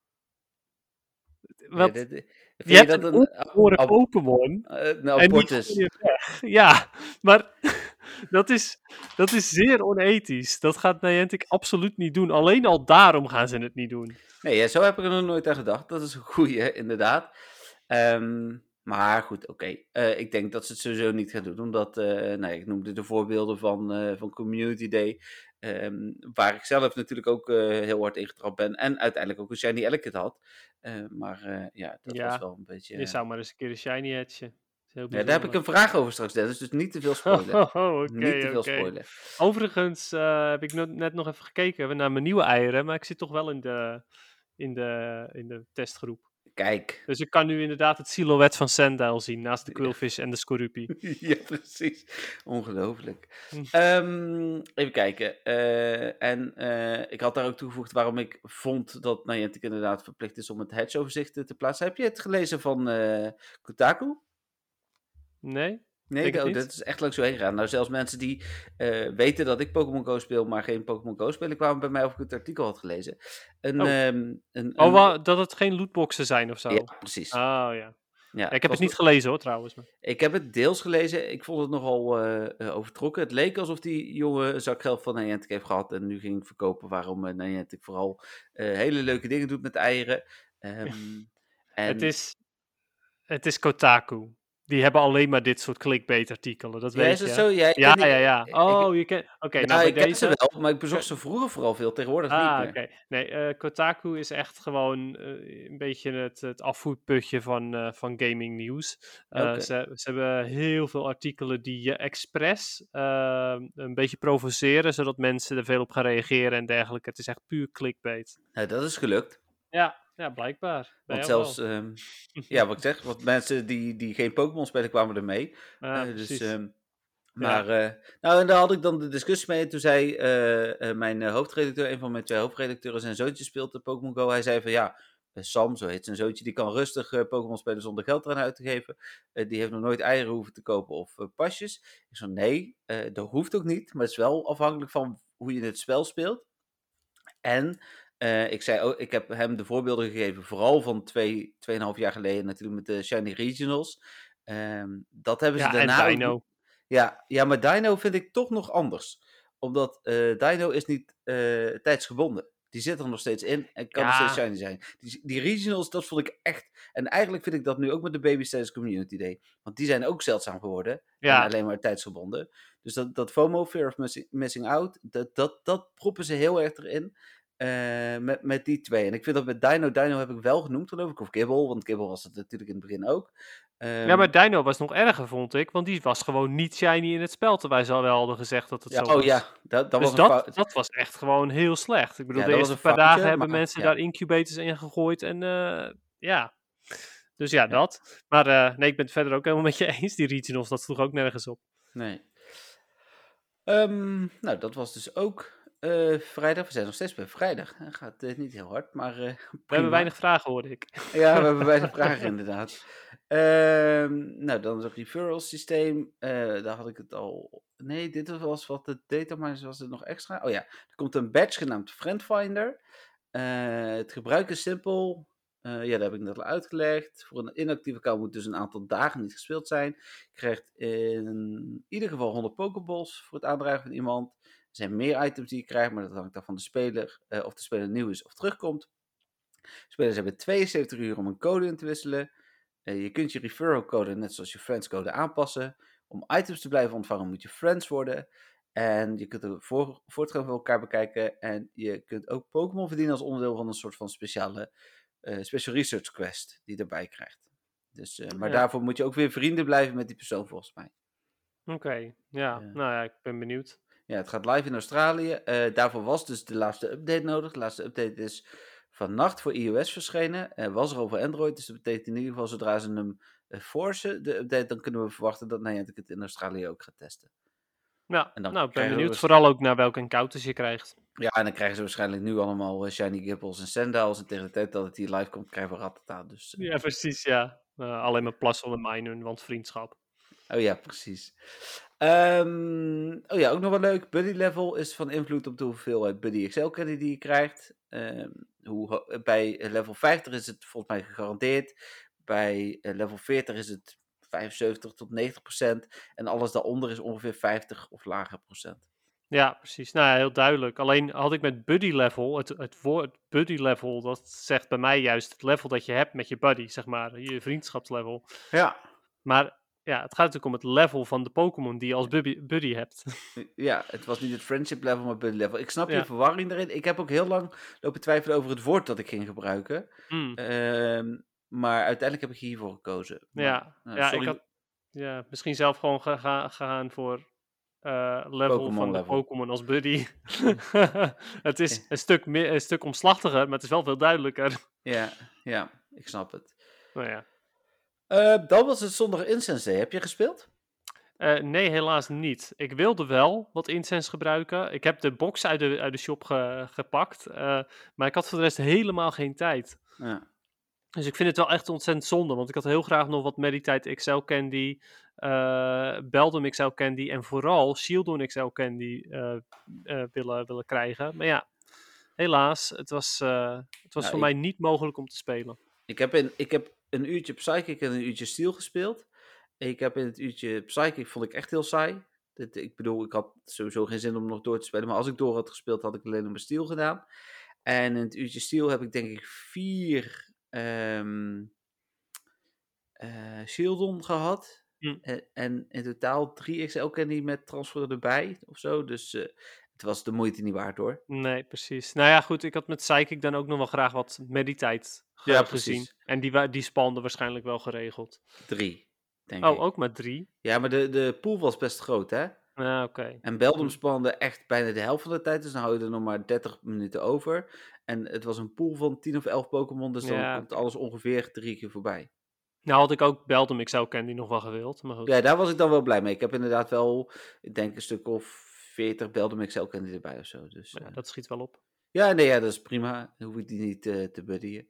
Nee, Want vind je je hebt dat een een ongeboren Pokémon nou, en die Portus? gooi je weg. Ja, maar dat is zeer onethisch. Dat gaat Niantic absoluut niet doen. Alleen al daarom gaan ze het niet doen. Nee, ja, zo heb ik er nog nooit aan gedacht. Dat is een goeie, inderdaad. Maar goed, oké. Ik denk dat ze het sowieso niet gaan doen. Omdat, nou, ik noemde de voorbeelden van Community Day. Waar ik zelf natuurlijk ook heel hard ingetrapt ben. En uiteindelijk ook een Shiny Ellicott had. Ja, dat was Ja, wel een beetje... je zou maar eens een keer een shiny hatchen. Heel Ja, daar heb ik bijzonder. een vraag over straks, Dennis. Dus niet te veel spoilen. Niet te veel Oké. spoilen. Overigens heb ik net nog even gekeken naar mijn nieuwe eieren, maar ik zit toch wel in de testgroep. Kijk. Dus ik kan nu inderdaad het silhouet van Sandile zien, naast de Quillfish en de Skorupi. Ja, precies. Ongelooflijk. Hm. Even kijken. Ik had daar ook toegevoegd waarom ik vond dat Niantic inderdaad verplicht is om het hatch-overzicht te plaatsen. Heb je het gelezen van Kotaku? Nee? Nee, Denk het niet. dat is echt langs zo heen gegaan. Nou, zelfs mensen die weten dat ik Pokémon Go speel, maar geen Pokémon Go spelen, kwamen bij mij of ik het artikel had gelezen. Dat het geen lootboxen zijn of zo. Ja, precies. Oh ja. Ja, Ik heb het niet gelezen hoor, trouwens. Maar... Ik heb het deels gelezen. Ik vond het nogal overtrokken. Het leek alsof die jongen een zak geld van Niantic heeft gehad en nu ging verkopen waarom Niantic vooral hele leuke dingen doet met eieren. En Het is Kotaku. Die hebben alleen maar dit soort clickbait-artikelen, dat ja, weet is het je. zo? Ja, Ja. ik, Oh, je kent... Oké, nou ja, bij ik ken ze deze... wel, maar ik bezocht ze vroeger vooral veel, tegenwoordig niet meer. Oké. Nee, Kotaku is echt gewoon een beetje het afvoerputje van gaming nieuws. Oké. Ze hebben heel veel artikelen die je expres een beetje provoceren, zodat mensen er veel op gaan reageren en dergelijke. Het is echt puur clickbait. Nou, dat is gelukt. Ja, blijkbaar. Bij Want jou zelfs, wel. ja, wat ik zeg, want mensen die geen Pokémon spelen kwamen er mee. Precies. Maar, nou, en daar had ik dan de discussie mee. En toen zei mijn hoofdredacteur, een van mijn 2 hoofdredacteuren, zijn zoontje speelt de Pokémon Go. Hij zei van ja, Sam, zo heet zijn zoontje, die kan rustig Pokémon spelen zonder geld eraan uit te geven. Die heeft nog nooit eieren hoeven te kopen of pasjes. Ik zei nee, dat hoeft ook niet. Maar het is wel afhankelijk van hoe je het spel speelt. En ik zei ook, ik heb hem de voorbeelden gegeven, vooral van 2,5 jaar geleden natuurlijk met de Shiny Regionals. Dat hebben ze Ja, daarna en ook Dino. ja, maar Dino vind ik toch nog anders. Omdat Dino is niet tijdsgebonden. Die zit er nog steeds in en kan nog steeds shiny zijn. Die regionals, dat vond ik echt... En eigenlijk vind ik dat nu ook met de Baby Status Community Day. Want die zijn ook zeldzaam geworden. En alleen maar tijdsgebonden. Dus dat FOMO, Fear of Missing Out, dat proppen ze heel erg erin. Met die 2. En ik vind dat met Dino heb ik wel genoemd, geloof ik. Of Gibbel, want Gibbel was het natuurlijk in het begin ook. Ja, maar Dino was nog erger, vond ik. Want die was gewoon niet shiny in het spel, terwijl ze al wel hadden gezegd dat het zo was. Oh ja, dat dus was een fout. dat was echt gewoon heel slecht. Ik bedoel, Ja, de dat was eerste een paar foutje, dagen hebben maar mensen ja. daar incubators in gegooid. En ja, dus ja, Ja. dat. Maar nee, ik ben het verder ook helemaal met je eens. Die regionals, dat sloeg ook nergens op. Nee. Nou, dat was dus ook vrijdag. We zijn nog steeds bij vrijdag. Gaat niet heel hard, maar We hebben prima. weinig vragen, hoorde ik. Ja, we hebben weinig vragen inderdaad. Nou, dan het referral systeem. Daar had ik het al... Nee, dit was wat de data, maar was het nog extra. Oh ja, er komt een badge genaamd Friendfinder. Het gebruik is simpel. Ja, dat heb ik net al uitgelegd. Voor een inactieve account moet dus een aantal dagen niet gespeeld zijn. Je krijgt in ieder geval 100 Pokeballs voor het aandragen van iemand. zijn meer items die je krijgt, maar dat hangt dan van de speler, of de speler nieuw is of terugkomt. Spelers hebben 72 uur om een code in te wisselen. Je kunt je referral code, net zoals je friends code, aanpassen. Om items te blijven ontvangen moet je friends worden. En je kunt de voortgang van elkaar bekijken. En je kunt ook Pokémon verdienen als onderdeel van een soort van speciale special research quest die je erbij krijgt. Dus, maar daarvoor moet je ook weer vrienden blijven met die persoon volgens mij. Oké, ja. Nou ja, ik ben benieuwd. Ja, het gaat live in Australië. Daarvoor was dus de laatste update nodig. De laatste update is vannacht voor iOS verschenen. Was er al voor Android. Dus dat betekent in ieder geval zodra ze hem forcen, de update, dan kunnen we verwachten dat Niantic het in Australië ook gaat testen. Ja, En dan nou, ik ben benieuwd. we... Vooral ook naar welke encounters je krijgt. Ja, en dan krijgen ze waarschijnlijk nu allemaal Shiny Gipples en Sandals. En tegen de tijd dat het hier live komt, krijgen we Rattata. Dus, Ja, precies, ja. Alleen maar Plasel en Minun, want vriendschap. Oh ja, precies. Oh ja, ook nog wel leuk. Buddy level is van invloed op de hoeveelheid Buddy XL candy die je krijgt. Bij level 50 is het volgens mij gegarandeerd. Bij level 40 is het 75 tot 90%. En alles daaronder is ongeveer 50 of lager procent. Ja, precies. Nou ja, heel duidelijk. Alleen had ik met buddy level, het woord buddy level, dat zegt bij mij juist het level dat je hebt met je buddy, zeg maar, je vriendschapslevel. Ja. Maar ja, het gaat natuurlijk om het level van de Pokémon die je als buddy hebt. Ja, het was niet het friendship level, maar buddy level. Ik snap je verwarring erin. Ik heb ook heel lang lopen twijfelen over het woord dat ik ging gebruiken. Maar uiteindelijk heb ik hiervoor gekozen. Maar, ik had misschien zelf gewoon gegaan voor level van de Pokémon als buddy. Het is een stuk omslachtiger, maar het is wel veel duidelijker. Ja, ik snap het. Nou ja. Dan was het zondag Incense Day. Heb je gespeeld? Nee, helaas niet. Ik wilde wel wat incense gebruiken. Ik heb de box uit de shop gepakt. Maar ik had voor de rest helemaal geen tijd. Ja. Dus ik vind het wel echt ontzettend zonde. Want ik had heel graag nog wat Meditite XL Candy, Beldum XL Candy en vooral Shieldon XL Candy willen krijgen. Maar ja, helaas. Het was voor mij niet mogelijk om te spelen. Ik heb een uurtje Psychic en een uurtje Steel gespeeld. Ik heb in het uurtje Psychic vond ik echt heel saai. Ik bedoel, ik had sowieso geen zin om nog door te spelen. Maar als ik door had gespeeld, had ik alleen nog mijn Steel gedaan. En in het uurtje Steel heb ik denk ik 4 Shieldon gehad. En in totaal 3 XL Candy met transfer erbij of zo. Dus het was de moeite niet waard hoor. Nee, precies. Nou ja, goed. Ik had met Psychic dan ook nog wel graag wat Meditite gezien. En die spande waarschijnlijk wel geregeld. 3, denk ik. Oh, ook maar 3? Ja, maar de pool was best groot, hè? Oké. En Beldum spande echt bijna de helft van de tijd, dus dan hou je er nog maar 30 minuten over. En het was een pool van 10 of 11 Pokémon, dus dan komt alles ongeveer 3 keer voorbij. Nou had ik ook Beldum XL Candy nog wel gewild, maar goed. Ja, daar was ik dan wel blij mee. Ik heb inderdaad wel, ik denk een stuk of 40 Beldum XL Candy erbij of zo. Dus, ja, dat schiet wel op. Ja, nee, dat is prima. Dan hoef ik die niet te buddyen.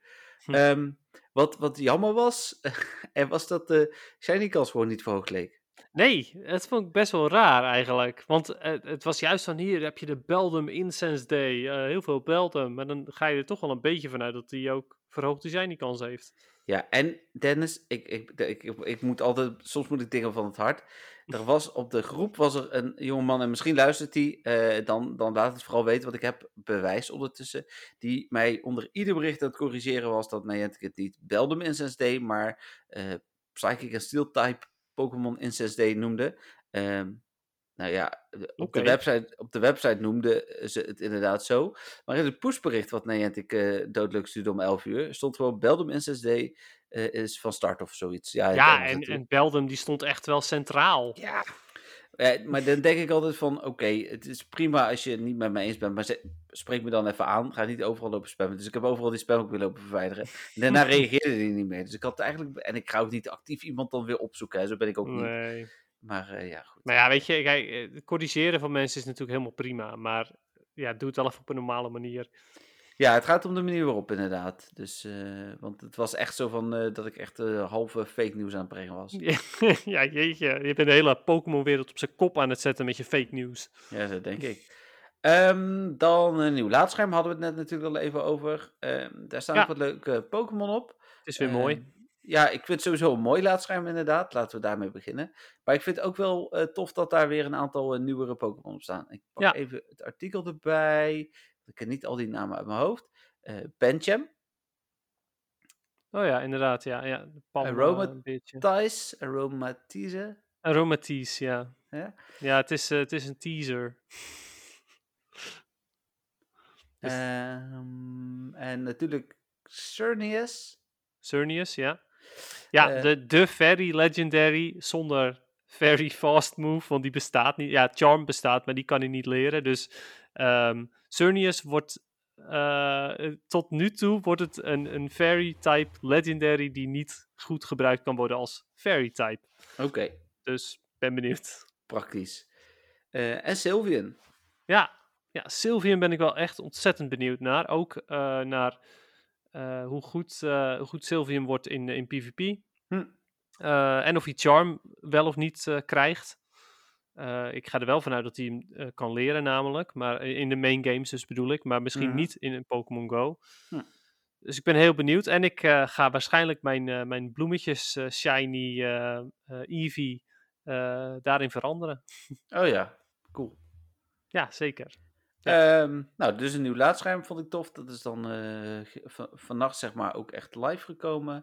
Wat jammer was, was dat de shiny kans gewoon niet verhoogd leek. Nee, het vond ik best wel raar eigenlijk. Want het was juist van hier heb je de Beldum Incense Day. Heel veel Beldum. Maar dan ga je er toch wel een beetje vanuit dat hij ook verhoogde shiny kans heeft. Ja, en Dennis, ik moet altijd, soms moet ik dingen van het hart. Er was op de groep een jongeman, en misschien luistert hij, dan laat het vooral weten, want ik heb bewijs ondertussen, die mij onder ieder bericht aan het corrigeren was dat Niantic het niet Beldum Incense Day, maar Psychic en Steel type Pokémon Incense Day noemde. Nou ja, op de website noemde ze het inderdaad zo. Maar in het pushbericht wat Niantic dodelijk stuurde om 11 uur, stond gewoon Beldum Incense Day is van start of zoiets. Ja, en Beldum die stond echt wel centraal. Ja, maar dan denk ik altijd van, oké, het is prima als je het niet met mij eens bent, maar spreek me dan even aan. Ga niet overal lopen spammen. Dus ik heb overal die spam ook weer lopen verwijderen. En daarna reageerde hij niet meer. Dus ik had eigenlijk, en ik ga ook niet actief iemand dan weer opzoeken. Hè. Zo ben ik ook niet. Maar ja, goed. Maar ja, weet je, kijk, het corrigeren van mensen is natuurlijk helemaal prima. Maar ja, doe het wel even op een normale manier. Ja, het gaat om de manier waarop inderdaad. Dus, want het was echt zo van dat ik echt halve fake nieuws aan het brengen was. Ja, jeetje. Je bent de hele Pokémon-wereld op zijn kop aan het zetten met je fake nieuws. Ja, dat denk ik. Dan een nieuw laadscherm hadden we het net natuurlijk al even over. Daar staan ook wat leuke Pokémon op. Het is weer mooi. Ja, ik vind het sowieso een mooi laadscherm inderdaad. Laten we daarmee beginnen. Maar ik vind het ook wel tof dat daar weer een aantal nieuwere Pokémon op staan. Ik pak Ja, even het artikel erbij. Ik ken niet al die namen uit mijn hoofd. Pancham, oh ja, inderdaad, ja. De pan een beetje. Aromatize. Aromatisch, ja. Ja? Ja, het is een teaser. Dus En natuurlijk Xerneas, ja. Ja, Eh, de Very Legendary zonder Very Fast Move, want die bestaat niet. Ja, Charm bestaat, maar die kan hij niet leren. Dus Xerneas wordt tot nu toe wordt het een Fairy type Legendary die niet goed gebruikt kan worden als Fairy type. Oké, Dus ben benieuwd. praktisch. En Sylveon. Ja, Sylveon ben ik wel echt ontzettend benieuwd naar. Ook naar hoe goed Sylveon wordt in PvP. Hm. En of hij Charm wel of niet krijgt. Ik ga er wel vanuit dat hij hem kan leren namelijk. Maar in de main games dus bedoel ik. Maar misschien Mhm. niet in een Pokémon Go. Hm. Dus ik ben heel benieuwd. En ik ga waarschijnlijk mijn bloemetjes shiny Eevee daarin veranderen. Oh ja, cool. Ja, zeker. Nou, dus een nieuw laadscherm vond ik tof. Dat is dan vannacht zeg maar ook echt live gekomen.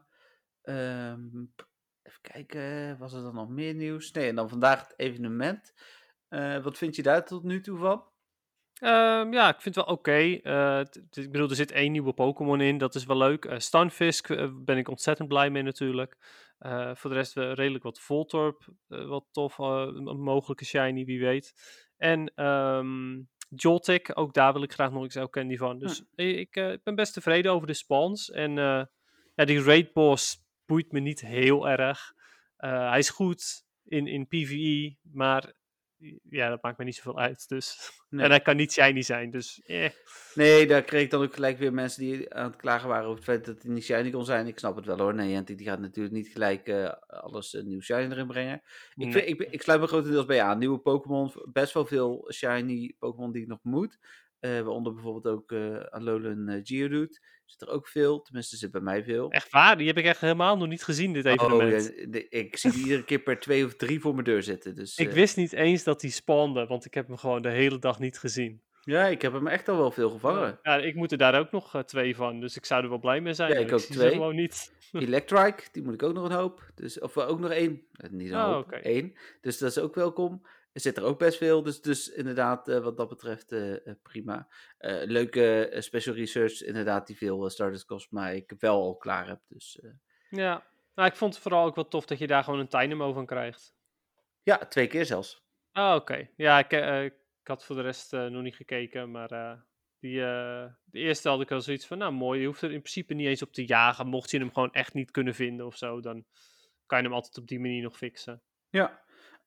Even kijken, was er dan nog meer nieuws? Nee, en dan vandaag het evenement. Wat vind je daar tot nu toe van? Ja, ik vind het wel oké. Ik bedoel, er zit 1 nieuwe Pokémon in. Dat is wel leuk. Stunfisk ben ik ontzettend blij mee natuurlijk. Voor de rest redelijk wat Voltorb. Wat tof. Een mogelijke shiny, wie weet. En Joltik, ook daar wil ik graag nog eens candy van. Dus ik ben best tevreden over de spawns. En ja, die raid boss boeit me niet heel erg. Hij is goed in PvE, maar ja, dat maakt me niet zoveel uit. Dus. Nee. En hij kan niet shiny zijn, dus Nee, daar kreeg ik dan ook gelijk weer mensen die aan het klagen waren over het feit dat hij niet shiny kon zijn. Ik snap het wel hoor. Niantic die gaat natuurlijk niet gelijk alles nieuw shiny erin brengen. Nee. Ik sluit me grotendeels bij aan. Nieuwe Pokémon, best wel veel shiny Pokémon die ik nog moet. Waaronder bijvoorbeeld ook Alolan Geodude. Zit er ook veel, tenminste zit bij mij veel. Echt waar? Die heb ik echt helemaal nog niet gezien, dit evenement. Ja, ik zie die iedere keer per 2 of 3 voor mijn deur zitten. Dus, Ik wist niet eens dat die spawnde, want ik heb hem gewoon de hele dag niet gezien. ja, ik heb hem echt al wel veel gevangen. Ja, ik moet er daar ook nog 2 van, dus ik zou er wel blij mee zijn. Ja, ik ook zie 2. ze gewoon niet. Electrike, die moet ik ook nog een hoop. Dus, of ook nog 1. Niet een hoop, Okay. 1. Dus dat is ook welkom. Er zit er ook best veel. Dus inderdaad, wat dat betreft, prima. Leuke special research, inderdaad, die veel starters kost, maar ik wel al klaar heb. Dus, Ja, nou, ik vond het vooral ook wel tof dat je daar gewoon een Dynamo van krijgt. ja, 2 keer zelfs. Oké. Ja, ik had voor de rest nog niet gekeken, maar de eerste had ik al zoiets van, nou mooi, je hoeft er in principe niet eens op te jagen. Mocht je hem gewoon echt niet kunnen vinden of zo, dan kan je hem altijd op die manier nog fixen. Ja.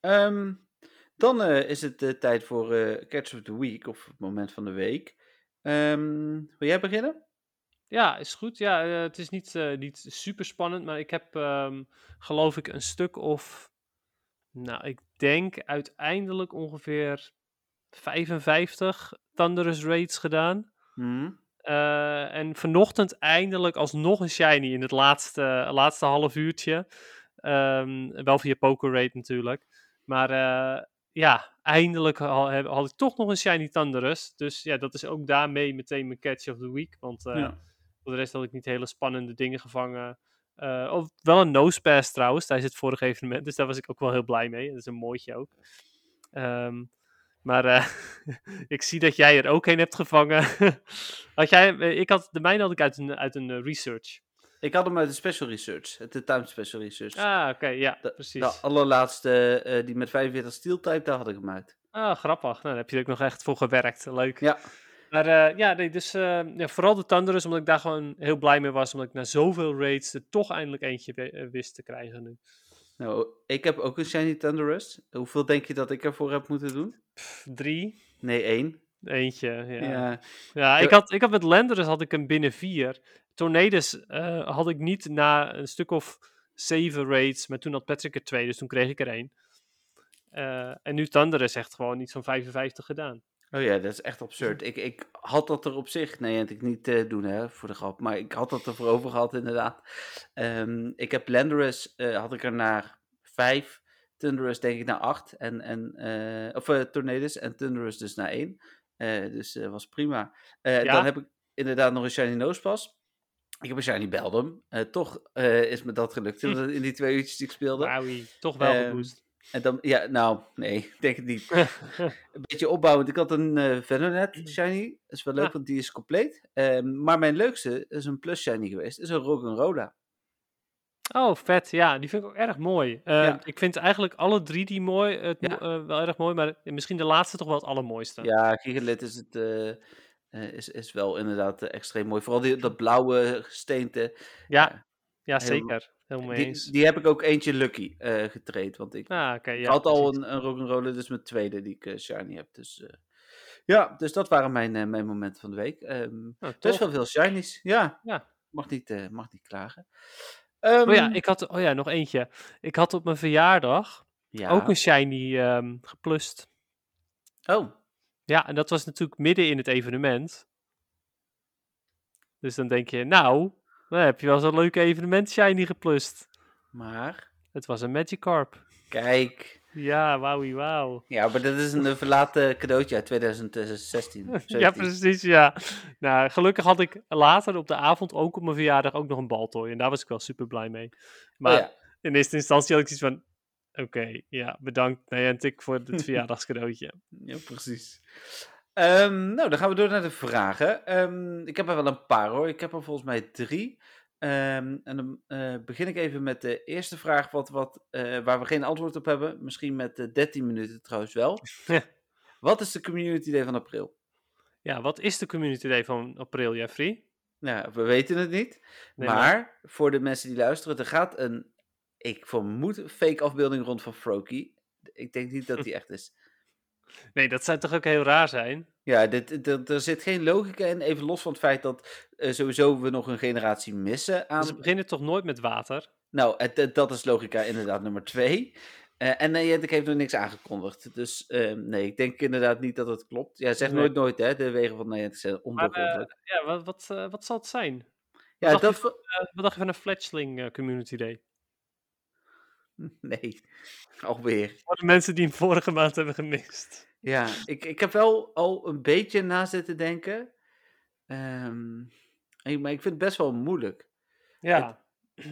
Dan is het tijd voor Catch of the Week, of het moment van de week. Wil jij beginnen? Ja, is goed. Ja, het is niet super spannend, maar ik heb geloof ik een stuk of, nou, ik denk uiteindelijk ongeveer 55 Thunderous Raids gedaan. En vanochtend eindelijk alsnog een shiny in het laatste half uurtje. Wel via Poker Raid natuurlijk. Maar ja, eindelijk had ik toch nog een shiny Thunderous. Dus ja, dat is ook daarmee meteen mijn catch of the week. Want voor de rest had ik niet hele spannende dingen gevangen. Of wel een Nosepass trouwens tijdens het vorige evenement. Dus daar was ik ook wel heel blij mee. Dat is een mooitje ook. Maar ik zie dat jij er ook een hebt gevangen. De mijne had ik uit een research. Ik had hem uit de special research, de Time Special Research. Oké, ja, precies. De allerlaatste, die met 45 steel type, daar had ik hem uit. Grappig. Nou, daar heb je er ook nog echt voor gewerkt. Leuk. Ja. Maar ja, nee, dus vooral de Thunderous, omdat ik daar gewoon heel blij mee was. Omdat ik na zoveel raids er toch eindelijk eentje wist te krijgen nu. Nou, ik heb ook een shiny Thunderous. Hoeveel denk je dat ik ervoor heb moeten doen? 3. Nee, 1. Eentje, ja. Ja, ik had met Landorus had ik hem binnen 4. Tornadus had ik niet na een stuk of 7 raids, maar toen had Patrick er 2, dus toen kreeg ik er 1. En nu Thunder is echt gewoon iets van 55 gedaan. Oh ja, dat is echt absurd. Ik had dat er op zich, nee, dat ik niet doen hè, voor de grap, maar ik had dat er voor over gehad inderdaad. Ik heb Landorus, had ik er naar 5, Thundurus denk ik naar 8, Tornadus en Thundurus dus naar 1. Dus was prima. Dan Ja? heb ik inderdaad nog een Shiny Nosepass. Ik heb een Shiny Beldum. Toch is me dat gelukt in die 2 uurtjes die ik speelde. Wauw, toch wel Ehm, geboost. En dan, ja, nou, nee, ik denk het niet. Een beetje opbouwend. Ik had een Venonat Shiny. Dat is wel leuk, Ah. want die is compleet. Maar mijn leukste is een Plus Shiny geweest. Is een Roggenrola. Oh, vet. Ja, die vind ik ook erg mooi. Ja. Ik vind eigenlijk alle 3 die mooi, Ja. wel erg mooi, maar misschien de laatste toch wel het allermooiste. Ja, Gigalith is het... is wel inderdaad extreem mooi. Vooral dat blauwe gesteente. Ja, ja Heel, zeker. Helemaal mee eens. die heb ik ook eentje lucky getraind. Want ik Oké, ik ja, had al precies. een Roggenrola, dus mijn tweede die ik shiny heb. Dus ja, dus dat waren mijn momenten van de week. Nou, Best tof. wel veel shinies. Ja, Ja. mag niet klagen. Oh ja, nog eentje. Ik had op mijn verjaardag ook een shiny geplust. Oh, Ja, en dat was natuurlijk midden in het evenement. Dus dan denk je, nou, dan heb je wel zo'n leuke evenement shiny geplust. maar Het was een Magikarp. kijk. Ja, wauw. Ja, maar dat is een verlaten cadeautje uit 2016. Ja, 17. precies, ja. Nou, gelukkig had ik later op de avond, ook op mijn verjaardag, ook nog een baltooi. En daar was ik wel super blij mee. Maar ja. in eerste instantie had ik zoiets van, oké, ja, bedankt Niantic voor dit verjaardagscadeautje. Ja, precies. Nou, dan gaan we door naar de vragen. Ik heb er wel een paar hoor. Ik heb er volgens mij 3. En dan begin ik even met de eerste vraag, waar we geen antwoord op hebben. Misschien met 13 minuten trouwens wel. Wat is de Community Day van april? Ja, wat is de Community Day van april, Jeffrey? Nou, we weten het niet. Nee, maar voor de mensen die luisteren, er gaat ik vermoed, fake afbeelding rond van Froakie. Ik denk niet dat die echt is. Nee, dat zou toch ook heel raar zijn? Ja, er zit geen logica in. Even los van het feit dat sowieso we nog een generatie missen aan... Ze beginnen toch nooit met water? Nou, dat is logica inderdaad nummer 2. En Niantic heeft nog niks aangekondigd. Dus nee, ik denk inderdaad niet dat het klopt. Ja, zeg Nee. nooit hè. De wegen van Niantic zijn ondoorgrondelijk. Ja, wat zal het zijn? Ja, Wat dacht je van een Fletchling Community Day? Nee, alweer. Voor de mensen die hem vorige maand hebben gemist. Ja, ik heb wel al een beetje na zitten denken. Maar ik vind het best wel moeilijk. Ja.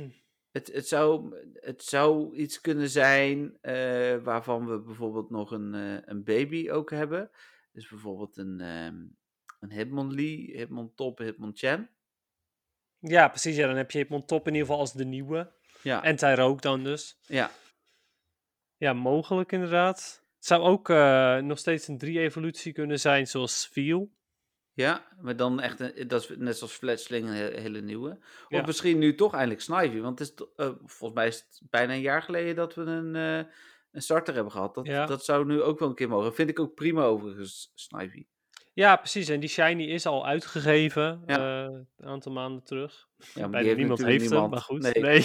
Het zou iets kunnen zijn waarvan we bijvoorbeeld nog een baby ook hebben. Dus bijvoorbeeld een Hitmonlee, Hitmontop, Hitmonchan. Ja, precies. Ja, dan heb je Hitmontop in ieder geval als de nieuwe. Ja. En Tyrogue dan dus. Ja. Ja, mogelijk inderdaad. Het zou ook nog steeds een 3-evolutie kunnen zijn, zoals Sfeel. Ja, maar dan echt, dat is net zoals Fletchling een hele nieuwe. Of Ja. misschien nu toch eindelijk Snivy. Want het is, volgens mij is het bijna een jaar geleden dat we een starter hebben gehad. Dat zou nu ook wel een keer mogen. Vind ik ook prima overigens, Snivy. Ja, precies. En die shiny is al uitgegeven een aantal maanden terug. Ja, maar Bijna niemand heeft hem, maar goed. Nee.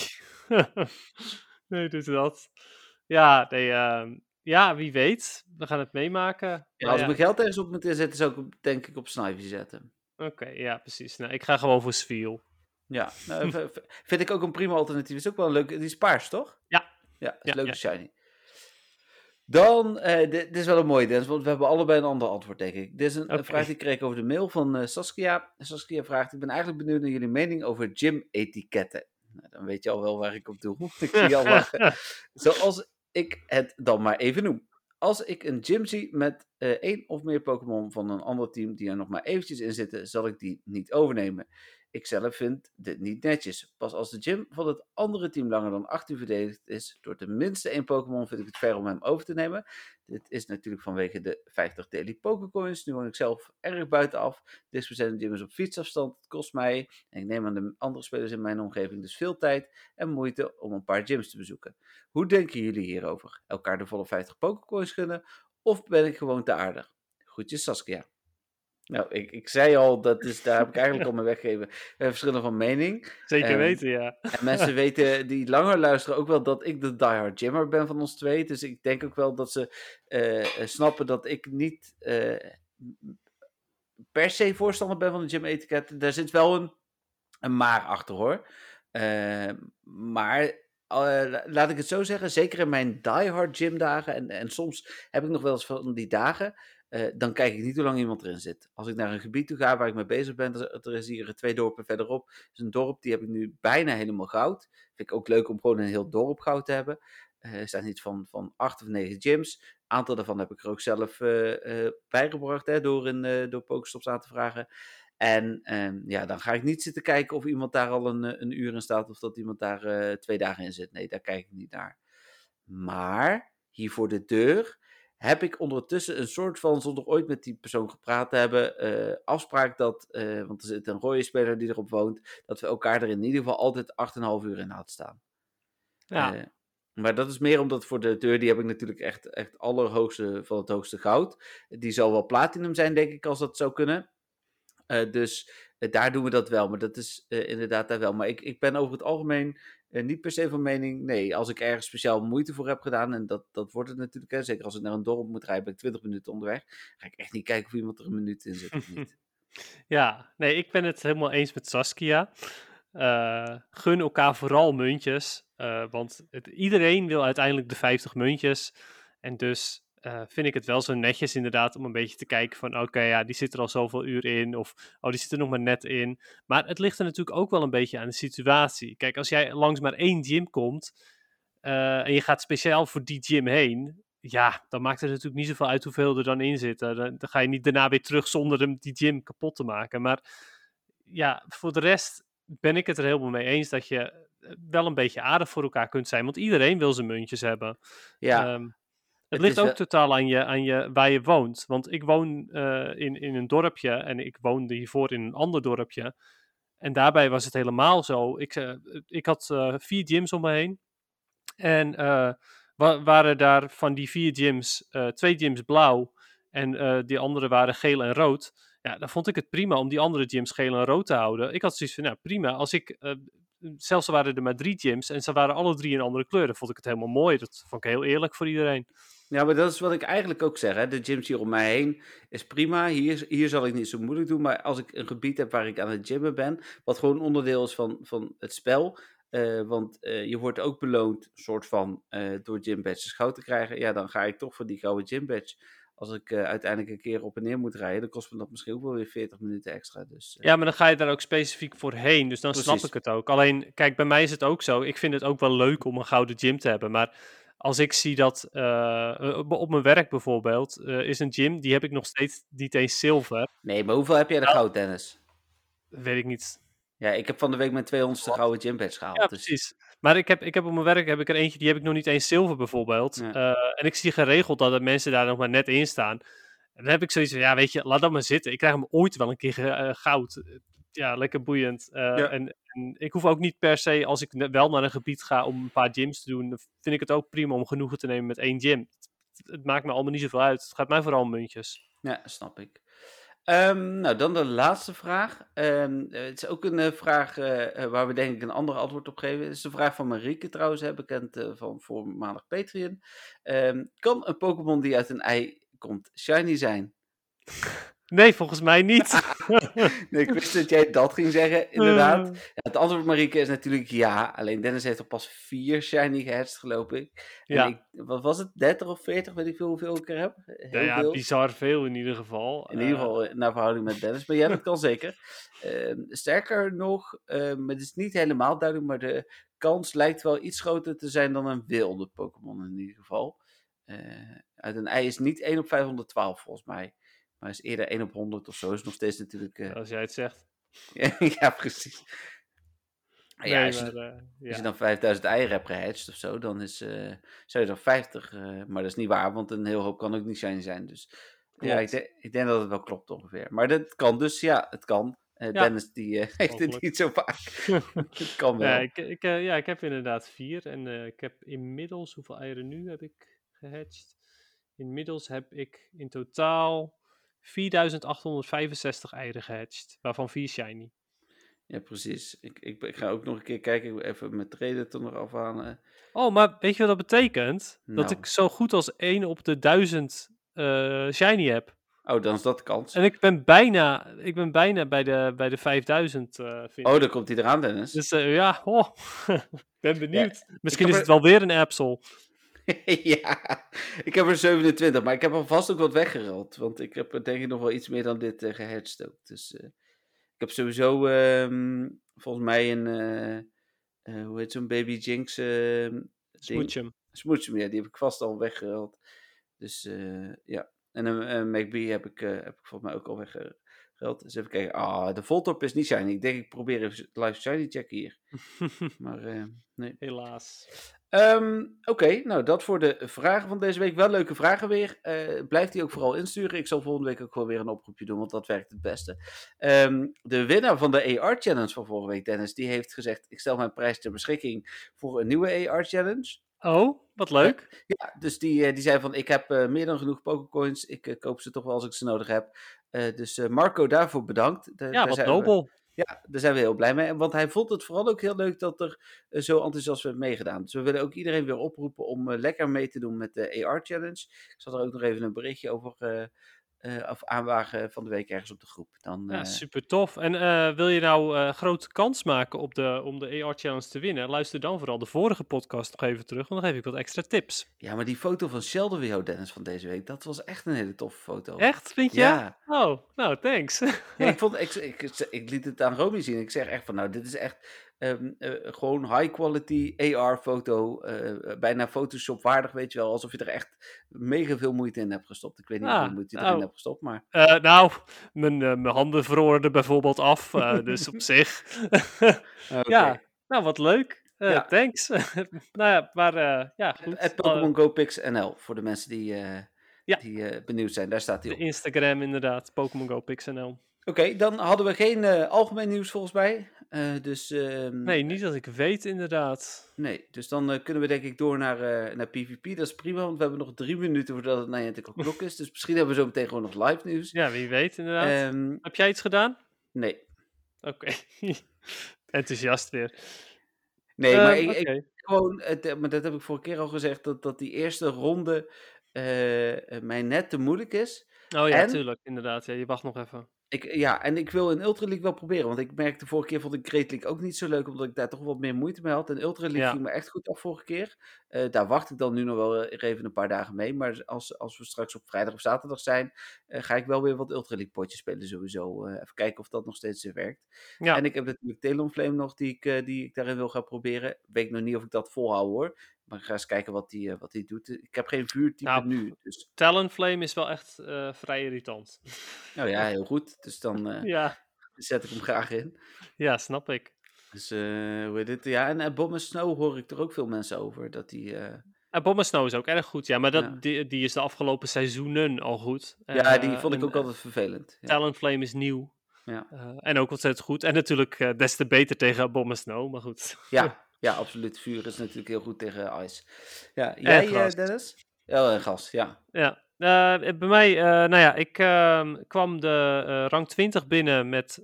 Nee, dus dat. Ja, nee, ja, wie weet. We gaan het meemaken. Ja, als ik mijn geld ergens op moet inzetten, zou ik denk ik op Snivy zetten. Oké, ja, precies. Nou, ik ga gewoon voor Sfeel. Ja, nou, vind ik ook een prima alternatief. Is ook wel een leuk. Die is paars, toch? Ja. Ja, is leuk shiny. Dan, dit is wel een mooie, Dennis, want we hebben allebei een ander antwoord, denk ik. Dit is een vraag die ik kreeg over de mail van Saskia. Saskia vraagt, ik ben eigenlijk benieuwd naar jullie mening over gym-etiketten. Nou, dan weet je al wel waar ik op doe. Ik zie je al lachen. Zoals ik het dan maar even noem. Als ik een gym zie met 1 of meer Pokémon van een ander team die er nog maar eventjes in zitten, zal ik die niet overnemen. Ik zelf vind dit niet netjes. Pas als de gym van het andere team langer dan 8 uur verdedigd is door tenminste 1 Pokémon, vind ik het fair om hem over te nemen. Dit is natuurlijk vanwege de 50 daily Pokécoins. Nu woon ik zelf erg buitenaf. Dichtstbijzijnde gym is op fietsafstand. Het kost mij, en ik neem aan de andere spelers in mijn omgeving, dus veel tijd en moeite om een paar gyms te bezoeken. Hoe denken jullie hierover? Elkaar de volle 50 Pokécoins gunnen? Of ben ik gewoon te aardig? Groetjes Saskia. Nou, ik zei al, daar heb ik eigenlijk al mee weggegeven. Verschillen van mening. Zeker weten, ja. En mensen weten die langer luisteren ook wel dat ik de diehard gymmer ben van ons twee. Dus ik denk ook wel dat ze snappen dat ik niet per se voorstander ben van de gym-etiketten. Daar zit wel een maar achter, hoor. Maar laat ik het zo zeggen, zeker in mijn diehard gymdagen, en soms heb ik nog wel eens van die dagen, dan kijk ik niet hoe lang iemand erin zit. Als ik naar een gebied toe ga waar ik mee bezig ben, er is hier 2 dorpen verderop. Er is een dorp, die heb ik nu bijna helemaal goud. Vind ik ook leuk om gewoon een heel dorp goud te hebben. Er staan iets van 8 of 9 gyms. Een aantal daarvan heb ik er ook zelf bijgebracht, hè, door Pokestops aan te vragen. En ja, dan ga ik niet zitten kijken of iemand daar al een uur in staat of dat iemand daar 2 dagen in zit. Nee, daar kijk ik niet naar. Maar hier voor de deur heb ik ondertussen een soort van, zonder ooit met die persoon gepraat te hebben, afspraak dat, want er zit een rode speler die erop woont, dat we elkaar er in ieder geval altijd 8,5 uur in laten staan. Ja. Maar dat is meer omdat voor de deur, die heb ik natuurlijk echt allerhoogste van het hoogste goud. Die zal wel platinum zijn, denk ik, als dat zou kunnen. Dus daar doen we dat wel, maar dat is inderdaad daar wel. Maar ik ben over het algemeen niet per se van mening, nee, als ik ergens speciaal moeite voor heb gedaan, en dat wordt het natuurlijk, hè, zeker als ik naar een dorp moet rijden, ben ik 20 minuten onderweg, ga ik echt niet kijken of iemand er een minuut in zit of niet. Ja, nee, ik ben het helemaal eens met Saskia. Gun elkaar vooral muntjes, want iedereen wil uiteindelijk de 50 muntjes. En dus vind ik het wel zo netjes inderdaad om een beetje te kijken van oké, ja, die zit er al zoveel uur in of oh, die zit er nog maar net in. Maar het ligt er natuurlijk ook wel een beetje aan de situatie. Kijk, als jij langs maar 1 gym komt en je gaat speciaal voor die gym heen, ja, dan maakt het natuurlijk niet zoveel uit hoeveel er dan in zit. Dan ga je niet daarna weer terug zonder die gym kapot te maken. Maar ja, voor de rest ben ik het er helemaal mee eens dat je wel een beetje aardig voor elkaar kunt zijn. Want iedereen wil zijn muntjes hebben. Ja, Het het ligt is ook wel... totaal aan je, waar je woont. Want ik woon in een dorpje en ik woonde hiervoor in een ander dorpje. En daarbij was het helemaal zo. Ik had 4 gyms om me heen. En waren daar van die 4 gyms, 2 gyms blauw en die andere waren geel en rood. Ja, dan vond ik het prima om die andere gyms geel en rood te houden. Ik had zoiets van, nou prima, als ik, zelfs waren er maar 3 gyms en ze waren alle 3 in andere kleuren, vond ik het helemaal mooi. Dat vond ik heel eerlijk voor iedereen. Ja, maar dat is wat ik eigenlijk ook zeg. Hè. De gyms hier om mij heen is prima. Hier zal ik niet zo moeilijk doen. Maar als ik een gebied heb waar ik aan het gymmen ben, wat gewoon onderdeel is van het spel. Want je wordt ook beloond, soort van, door gym badges goud te krijgen. Ja, dan ga ik toch voor die gouden gym badge. Als ik uiteindelijk een keer op en neer moet rijden, dan kost me dat misschien ook wel weer 40 minuten extra. Dus, Ja, maar dan ga je daar ook specifiek voor heen, dus dan snap precies. ik het ook. Alleen, kijk, bij mij is het ook zo. Ik vind het ook wel leuk om een gouden gym te hebben, maar als ik zie dat op mijn werk bijvoorbeeld is een gym, die heb ik nog steeds niet eens zilver. Nee, maar hoeveel heb jij de Nou, goud, Dennis? weet ik niet. Ja, ik heb van de week mijn 200ste Wat? gouden gym badge Ja, gehaald. Dus, precies. Maar ik heb op mijn werk heb ik er eentje, die heb ik nog niet eens zilver bijvoorbeeld. ja. En ik zie geregeld dat er mensen daar nog maar net in staan. En dan heb ik zoiets van, ja, weet je, laat dat maar zitten. Ik krijg hem ooit wel een keer goud. Ja, lekker boeiend. Ja. En ik hoef ook niet per se, als ik wel naar een gebied ga om een paar gyms te doen, dan vind ik het ook prima om genoegen te nemen met 1 gym. Het maakt me allemaal niet zoveel uit. Het gaat mij vooral om muntjes. Ja, snap ik. Nou, dan de laatste vraag. Het is ook een vraag waar we denk ik een ander antwoord op geven. Het is een vraag van Marieke trouwens, hè, bekend van voormalig Patreon. Kan een Pokémon die uit een ei komt shiny zijn? Nee, volgens mij niet. Nee, ik wist dat jij dat ging zeggen, inderdaad. Ja, het antwoord, Marieke, is natuurlijk ja. Alleen Dennis heeft er pas 4 shiny gehatcht, geloof ik. En Ja. wat was het? 30 of 40? Weet ik veel hoeveel ik er heb. Heel Nou ja, veel. bizar veel in ieder geval. In ieder geval naar verhouding met Dennis. Maar jij dat kan zeker. Sterker nog, het is niet helemaal duidelijk, maar de kans lijkt wel iets groter te zijn dan een wilde Pokémon in ieder geval. Uit een ei is niet 1 op 512 volgens mij. Maar is eerder 1 op 100 of zo. Is nog steeds natuurlijk... Als jij het zegt. ja, precies. Nee, Ja, als je dan 5000 eieren hebt gehatcht of zo, dan zou je er 50... maar dat is niet waar, want een heel hoop kan ook niet shiny zijn. Dus ja, ik denk dat het wel klopt ongeveer. Maar dat kan dus, ja, het kan. Dennis die heeft het niet zo vaak. Het kan wel. Ja, ik heb inderdaad 4. En ik heb inmiddels, hoeveel eieren nu heb ik gehatcht? Inmiddels heb ik in totaal 4865 eieren gehatcht. Waarvan 4 shiny. Ja, precies. Ik ga ook nog een keer kijken, even mijn treden er nog afhalen. Oh, maar weet je wat dat betekent? Dat Nou. ik zo goed als 1 op de 1000 shiny heb. Oh, dan is dat de kans. En ik ben bijna bij de 5000, vind Oh, ik. dan komt hij eraan, Dennis. Dus ja, ik ben Ja, benieuwd. ik Misschien heb is het wel weer een Absol. ja, ik heb er 27, maar ik heb alvast ook wat weggerold. Want ik heb denk ik nog wel iets meer dan dit gehatcht ook. Dus ik heb sowieso volgens mij een, hoe heet zo'n Baby Jinx ding? Smoochum. Smoochum, ja, die heb ik vast al weggerold. Dus ja, en een McBee heb ik volgens mij ook al weggerold. Dus even kijken. Ah, de Voltorb is niet shiny. Ik denk ik probeer even live shiny checken hier. Maar nee. Helaas. Oké, nou dat voor de vragen van deze week. Wel leuke vragen weer. Blijf die ook vooral insturen. Ik zal volgende week ook wel weer een oproepje doen, want dat werkt het beste. De winnaar van de AR-challenge van vorige week, Dennis, die heeft gezegd: ik stel mijn prijs ter beschikking voor een nieuwe AR-challenge. Oh, wat leuk. Ja, dus die zei van: ik heb meer dan genoeg Pokécoins. Ik koop ze toch wel als ik ze nodig heb. Dus Marco, daarvoor bedankt. Ja, wat nobel. Ja, daar zijn we heel blij mee. Want hij vond het vooral ook heel leuk dat er zo enthousiast werd meegedaan. Dus we willen ook iedereen weer oproepen om lekker mee te doen met de AR-challenge. Ik zal er ook nog even een berichtje over of aanwagen van de week ergens op de groep. Dan, Ja, super tof. En wil je nou grote kans maken om de AR-challenge te winnen? Luister dan vooral de vorige podcast nog even terug, want dan geef ik wat extra tips. Ja, maar die foto van Sheldon weer, jou, Dennis, van deze week, dat was echt een hele toffe foto. Echt, vind je? Ja. Oh, nou, thanks. Ja, ik liet het aan Romy zien. Ik zeg echt van, nou, dit is echt gewoon high quality AR foto. Bijna Photoshop waardig, weet je wel. Alsof je er echt mega veel moeite in hebt gestopt. Ik weet niet hoeveel moeite je erin hebt gestopt, maar... nou, mijn handen vroren er bijvoorbeeld af, dus op zich. Oké. Ja, nou, wat leuk. Ja. Thanks. Nou ja, maar ja, goed. Het Pokémon Go Pix NL, voor de mensen die benieuwd zijn. Daar staat hij De op. Instagram inderdaad, Pokémon Go Pixnl. Oké, dan hadden we geen algemeen nieuws volgens mij. Dus Nee, niet dat ik weet inderdaad. nee, dus dan kunnen we denk ik door naar PvP. Dat is prima, want we hebben nog 3 minuten voordat het Niantic al klok is. Dus misschien hebben we zo meteen gewoon nog live nieuws. Ja, wie weet inderdaad. Ehm, Heb jij iets gedaan? nee. Oké. Enthousiast weer. Nee, maar ik Oké. gewoon, maar dat heb ik vorige keer al gezegd, dat die eerste ronde mij net te moeilijk is. Oh ja, En tuurlijk, inderdaad. Ja, je wacht nog even. en ik wil in Ultra League wel proberen. Want ik merkte vorige keer vond ik Great League ook niet zo leuk. Omdat ik daar toch wat meer moeite mee had. En Ultra League Ja. ging me echt goed af vorige keer. Daar wacht ik dan nu nog wel even een paar dagen mee. Maar als we straks op vrijdag of zaterdag zijn. Ga ik wel weer wat Ultra League potjes spelen sowieso. Even kijken of dat nog steeds werkt. Ja. En ik heb natuurlijk Talonflame nog die ik daarin wil gaan proberen. Weet ik nog niet of ik dat volhoud hoor. Maar ik ga eens kijken wat die doet. Ik heb geen vuurtype nu. Dus... Talonflame is wel echt vrij irritant. Nou ja, heel goed. Dus dan Ja. zet ik hem graag in. Ja, snap ik. Dus hoe heet het? Ja, en Bomb Snow hoor ik er ook veel mensen over. Dat die... Bomb Snow is ook erg goed, ja. Maar Ja. die is de afgelopen seizoenen al goed. Ja, die vond ik ook altijd vervelend. Ja. Talonflame is nieuw. Ja. En ook ontzettend goed. En natuurlijk des te beter tegen Bomb Snow, maar goed. Ja, absoluut. Vuur is natuurlijk heel goed tegen ijs. Ja, jij Dennis? Ja, gas, ja. Ja. Bij mij, nou ja, ik kwam de rang 20 binnen met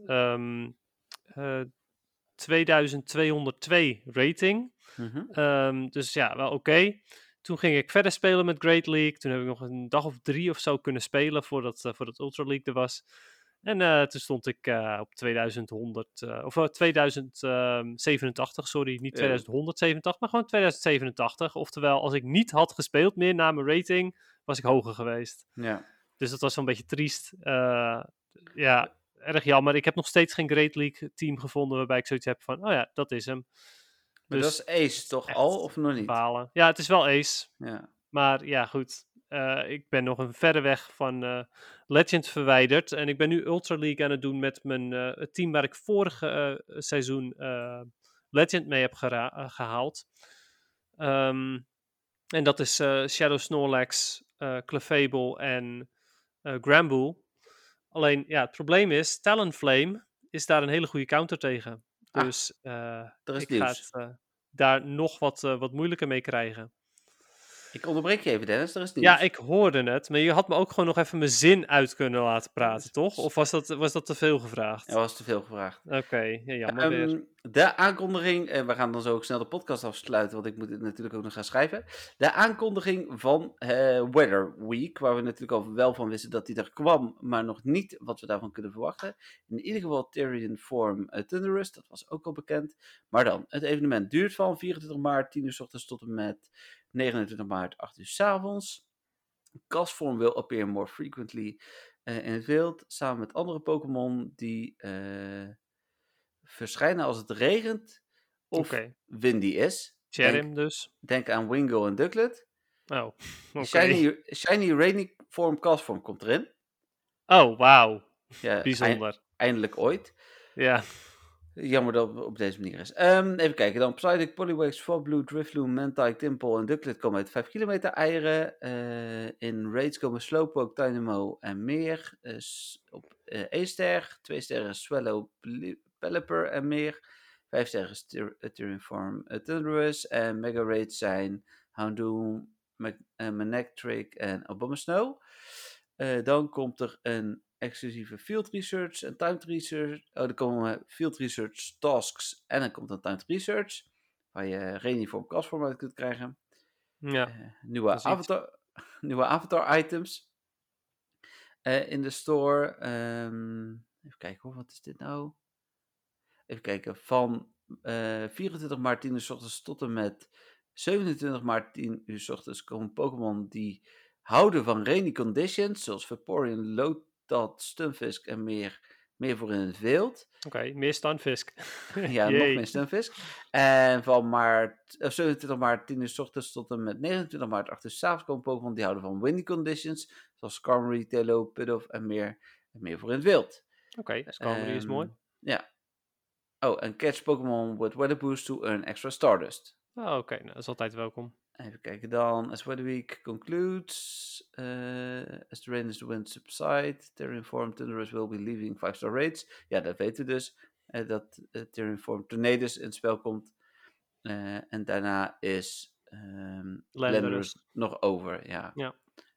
2202 rating. Dus ja, wel oké. Toen ging ik verder spelen met Great League. Toen heb ik nog een dag of 3 of zo kunnen spelen voordat Ultra League er was. En toen stond ik op 2087, sorry, niet 2187, maar gewoon 2087. Oftewel, als ik niet had gespeeld meer na mijn rating, was ik hoger geweest. Ja. Dus dat was wel een beetje triest. Ja, erg jammer. Ik heb nog steeds geen Great League team gevonden waarbij ik zoiets heb van, oh ja, dat is hem. Maar Dus dat is Ace toch al, of nog niet? Balen. Ja, het is wel Ace. Ja. Maar ja, goed. Ik ben nog een verre weg van Legend verwijderd. En ik ben nu Ultra League aan het doen met het team waar ik vorige seizoen Legend mee heb gehaald. En dat is Shadow Snorlax, Clefable en Granbull. Alleen, ja, het probleem is, Talonflame is daar een hele goede counter tegen. Dus ik ga het daar nog wat moeilijker mee krijgen. Ik onderbreek je even, Dennis. Er is nieuws. Ja, ik hoorde het, maar je had me ook gewoon nog even mijn zin uit kunnen laten praten, toch? Of was dat te veel gevraagd? Er was te veel gevraagd. Oké, ja, jammer weer. De aankondiging, we gaan dan zo ook snel de podcast afsluiten, want ik moet het natuurlijk ook nog gaan schrijven. De aankondiging van Weather Week, waar we natuurlijk al wel van wisten dat die er kwam, maar nog niet wat we daarvan kunnen verwachten. In ieder geval Tyrion Form Thunderous, dat was ook al bekend. Maar dan, het evenement duurt van 24 maart, 10 uur 's ochtends tot en met 29 maart, 8 uur 's avonds. Castform will appear more frequently in het wild, samen met andere Pokémon die verschijnen als het regent of Oké. windy is. Cherim dus. Denk aan Wingull en Ducklett. Oh, oké. Shiny Rainy Form Castform komt erin. Oh, wauw. Ja, Bijzonder. eindelijk ooit. Ja. Jammer dat het op deze manier is. Even kijken dan. Psyduck, Poliwag, Swablu, Drifloon, Mantike, Timple en Ducklett komen uit 5 kilometer eieren. In raids komen Slowpoke, Dynamo en meer. Op 1 ster, 2 sterren Swallow, Pelipper en meer. 5 sterren Tyrion Form Thunderous. En mega raids zijn Houndoom, Manectric en Abomasnow. Dan komt er een exclusieve field research en timed research. Er komen field research tasks en dan komt een timed research. Waar je Reniform Castform uit kunt krijgen. Ja. Nieuwe avatar items. In de store. Even kijken hoor, wat is dit nou? Even kijken. Van 24 maart 10 uur 's ochtends tot en met 27 maart 10 uur 's ochtends komen Pokémon die houden van rainy conditions. Zoals Vaporeon, Lotad, Stunfisk en meer voor in het wild. Oké, meer Stunfisk. Ja, nog meer Stunfisk. En van 27 maart 10 uur 's ochtends tot en met 29 maart 8 uur 's avonds komen Pokémon die houden van windy conditions. Zoals Skarmory, Telo, Pidove en meer voor in het wild. Oké, Skarmory is mooi. Ja. Oh, en catch Pokémon with Weather Boost to earn extra Stardust. Oh, oké, nou, dat is altijd welkom. Even kijken dan. As Weather Week concludes, as the rain and the wind subside, Tyrion Form Thunderous will be leaving 5-star raids. Ja, dat weten we dus. Dat Tyrion Form Tornadus in het spel komt. En daarna is Landorus nog over. Ja.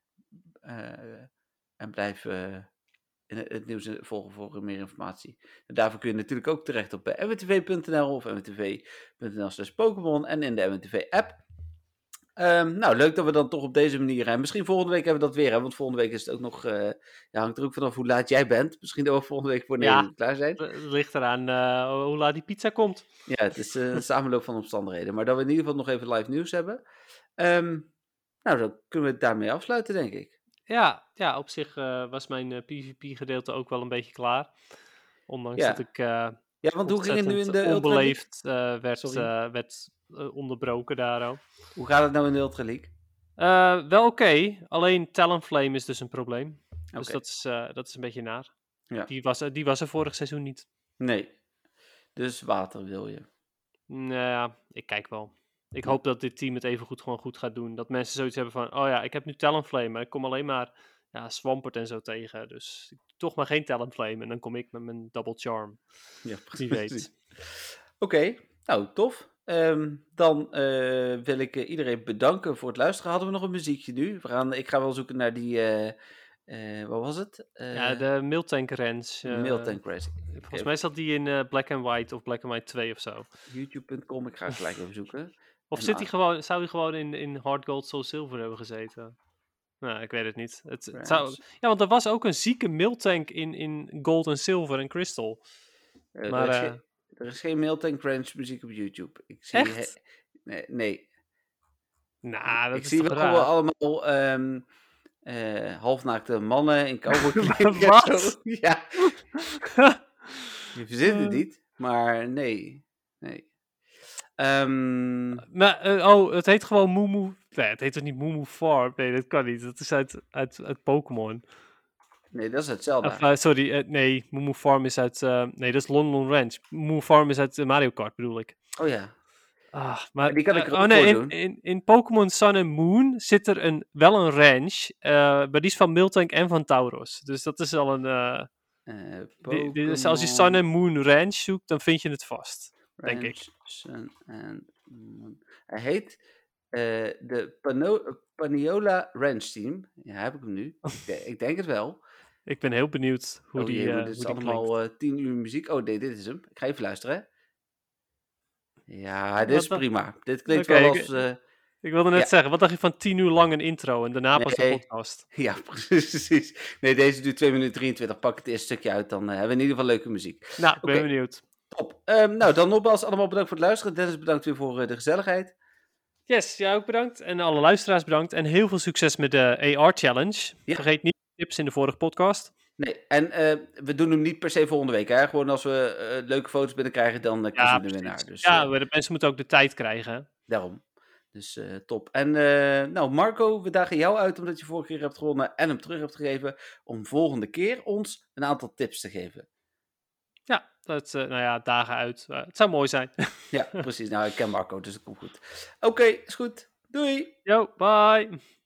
En blijf in het nieuws volgen voor meer informatie. En daarvoor kun je natuurlijk ook terecht op mwtv.nl of mwtv.nl/Pokémon en in de MWTV-app. Nou, leuk dat we dan toch op deze manier zijn. Misschien volgende week hebben we dat weer, hè? Want volgende week is het ook nog... hangt er ook vanaf hoe laat jij bent. Misschien dat we volgende week voor Nederland klaar zijn. Het ligt eraan hoe laat die pizza komt. Ja, het is een samenloop van omstandigheden. Maar dat we in ieder geval nog even live nieuws hebben. Nou, dan kunnen we het daarmee afsluiten, denk ik. Ja, op zich was mijn PvP-gedeelte ook wel een beetje klaar. Ondanks dat ik want hoe ging het nu in de onbeleefd werd onderbroken daar. Hoe gaat het nou in de Ultra League? Wel oké, alleen Talonflame is dus een probleem. Dus dat is een beetje naar. Ja. Die was er vorig seizoen niet. Nee, dus water wil je. Nou ja, ik kijk wel. Ik hoop dat dit team het even gewoon goed gaat doen. Dat mensen zoiets hebben van, oh ja, ik heb nu Talonflame, maar ik kom alleen maar Swampert en zo tegen. Dus toch maar geen Talonflame en dan kom ik met mijn Double Charm. Ja, wie weet. Oké, nou tof. Dan wil ik iedereen bedanken voor het luisteren. Hadden we nog een muziekje nu? Ik ga wel zoeken naar die... wat was het? De Miltank Ranch. Miltank Ranch. Volgens mij zat die in Black and White of Black and White 2 of zo. YouTube.com, ik ga het gelijk even zoeken. Of zou hij gewoon in Hard Gold Soul Silver hebben gezeten? Nou, ik weet het niet. Want er was ook een zieke Miltank in Gold en Silver en Crystal. Er is geen Miltank Ranch muziek op YouTube. Ik zie echt? Nee. Nou, dat ik is zie toch wel raar? allemaal halfnaakte mannen in cowboykleding. Wat? Ja. Je verzint het niet, maar nee. Het heet gewoon Mumu. Nee, het heet toch niet Mumu Farm? Nee, dat kan niet. Dat is uit Pokémon. Nee, dat is uit Zelda. Nee, Mumu Farm is uit... nee, dat is Lon Ranch. Mumu Farm is uit Mario Kart, bedoel ik. Oh ja. Maar die kan ik er ook voor doen. In Pokémon Sun and Moon zit er wel een ranch. Maar die is van Miltank en van Tauros. Dus dat is al een... dus als je Sun and Moon Ranch zoekt, dan vind je het vast. Denk ik. Sun and Moon. Hij heet De Paniola Ranch Team. Ja, heb ik hem nu. Ik denk het wel. Ik ben heel benieuwd hoe Oh die, jee, maar hoe dit is die klinkt. allemaal 10 uur muziek. Oh nee, dit is hem. Ik ga even luisteren, hè. Ja, dit is Wat dacht- prima. Dit klinkt Oké, wel als... ik wilde net ja. zeggen, wat dacht je van 10 uur lang een intro en daarna pas de Nee. podcast? Ja, precies. Nee, deze duurt 2 minuten 23. Pak het eerste stukje uit, dan hebben we in ieder geval leuke muziek. Nou, ik ben Oké. benieuwd. Top. Nou, dan nogmaals allemaal bedankt voor het luisteren. Dennis, bedankt weer voor de gezelligheid. Yes, jij ook bedankt. En alle luisteraars bedankt. En heel veel succes met de AR Challenge. Ja. Vergeet niet de tips in de vorige podcast. Nee, en we doen hem niet per se volgende week. Hè? Gewoon als we leuke foto's binnenkrijgen, dan kiezen we de winnaar. Dus, ja, maar de mensen moeten ook de tijd krijgen. Daarom. Dus top. En nou, Marco, we dagen jou uit omdat je vorige keer hebt gewonnen en hem terug hebt gegeven. Om volgende keer ons een aantal tips te geven. Ja, dat, nou ja, dagen uit. Het zou mooi zijn. Ja, precies. Nou, ik ken Marco, dus dat komt goed. Oké, is goed. Doei! Yo, bye!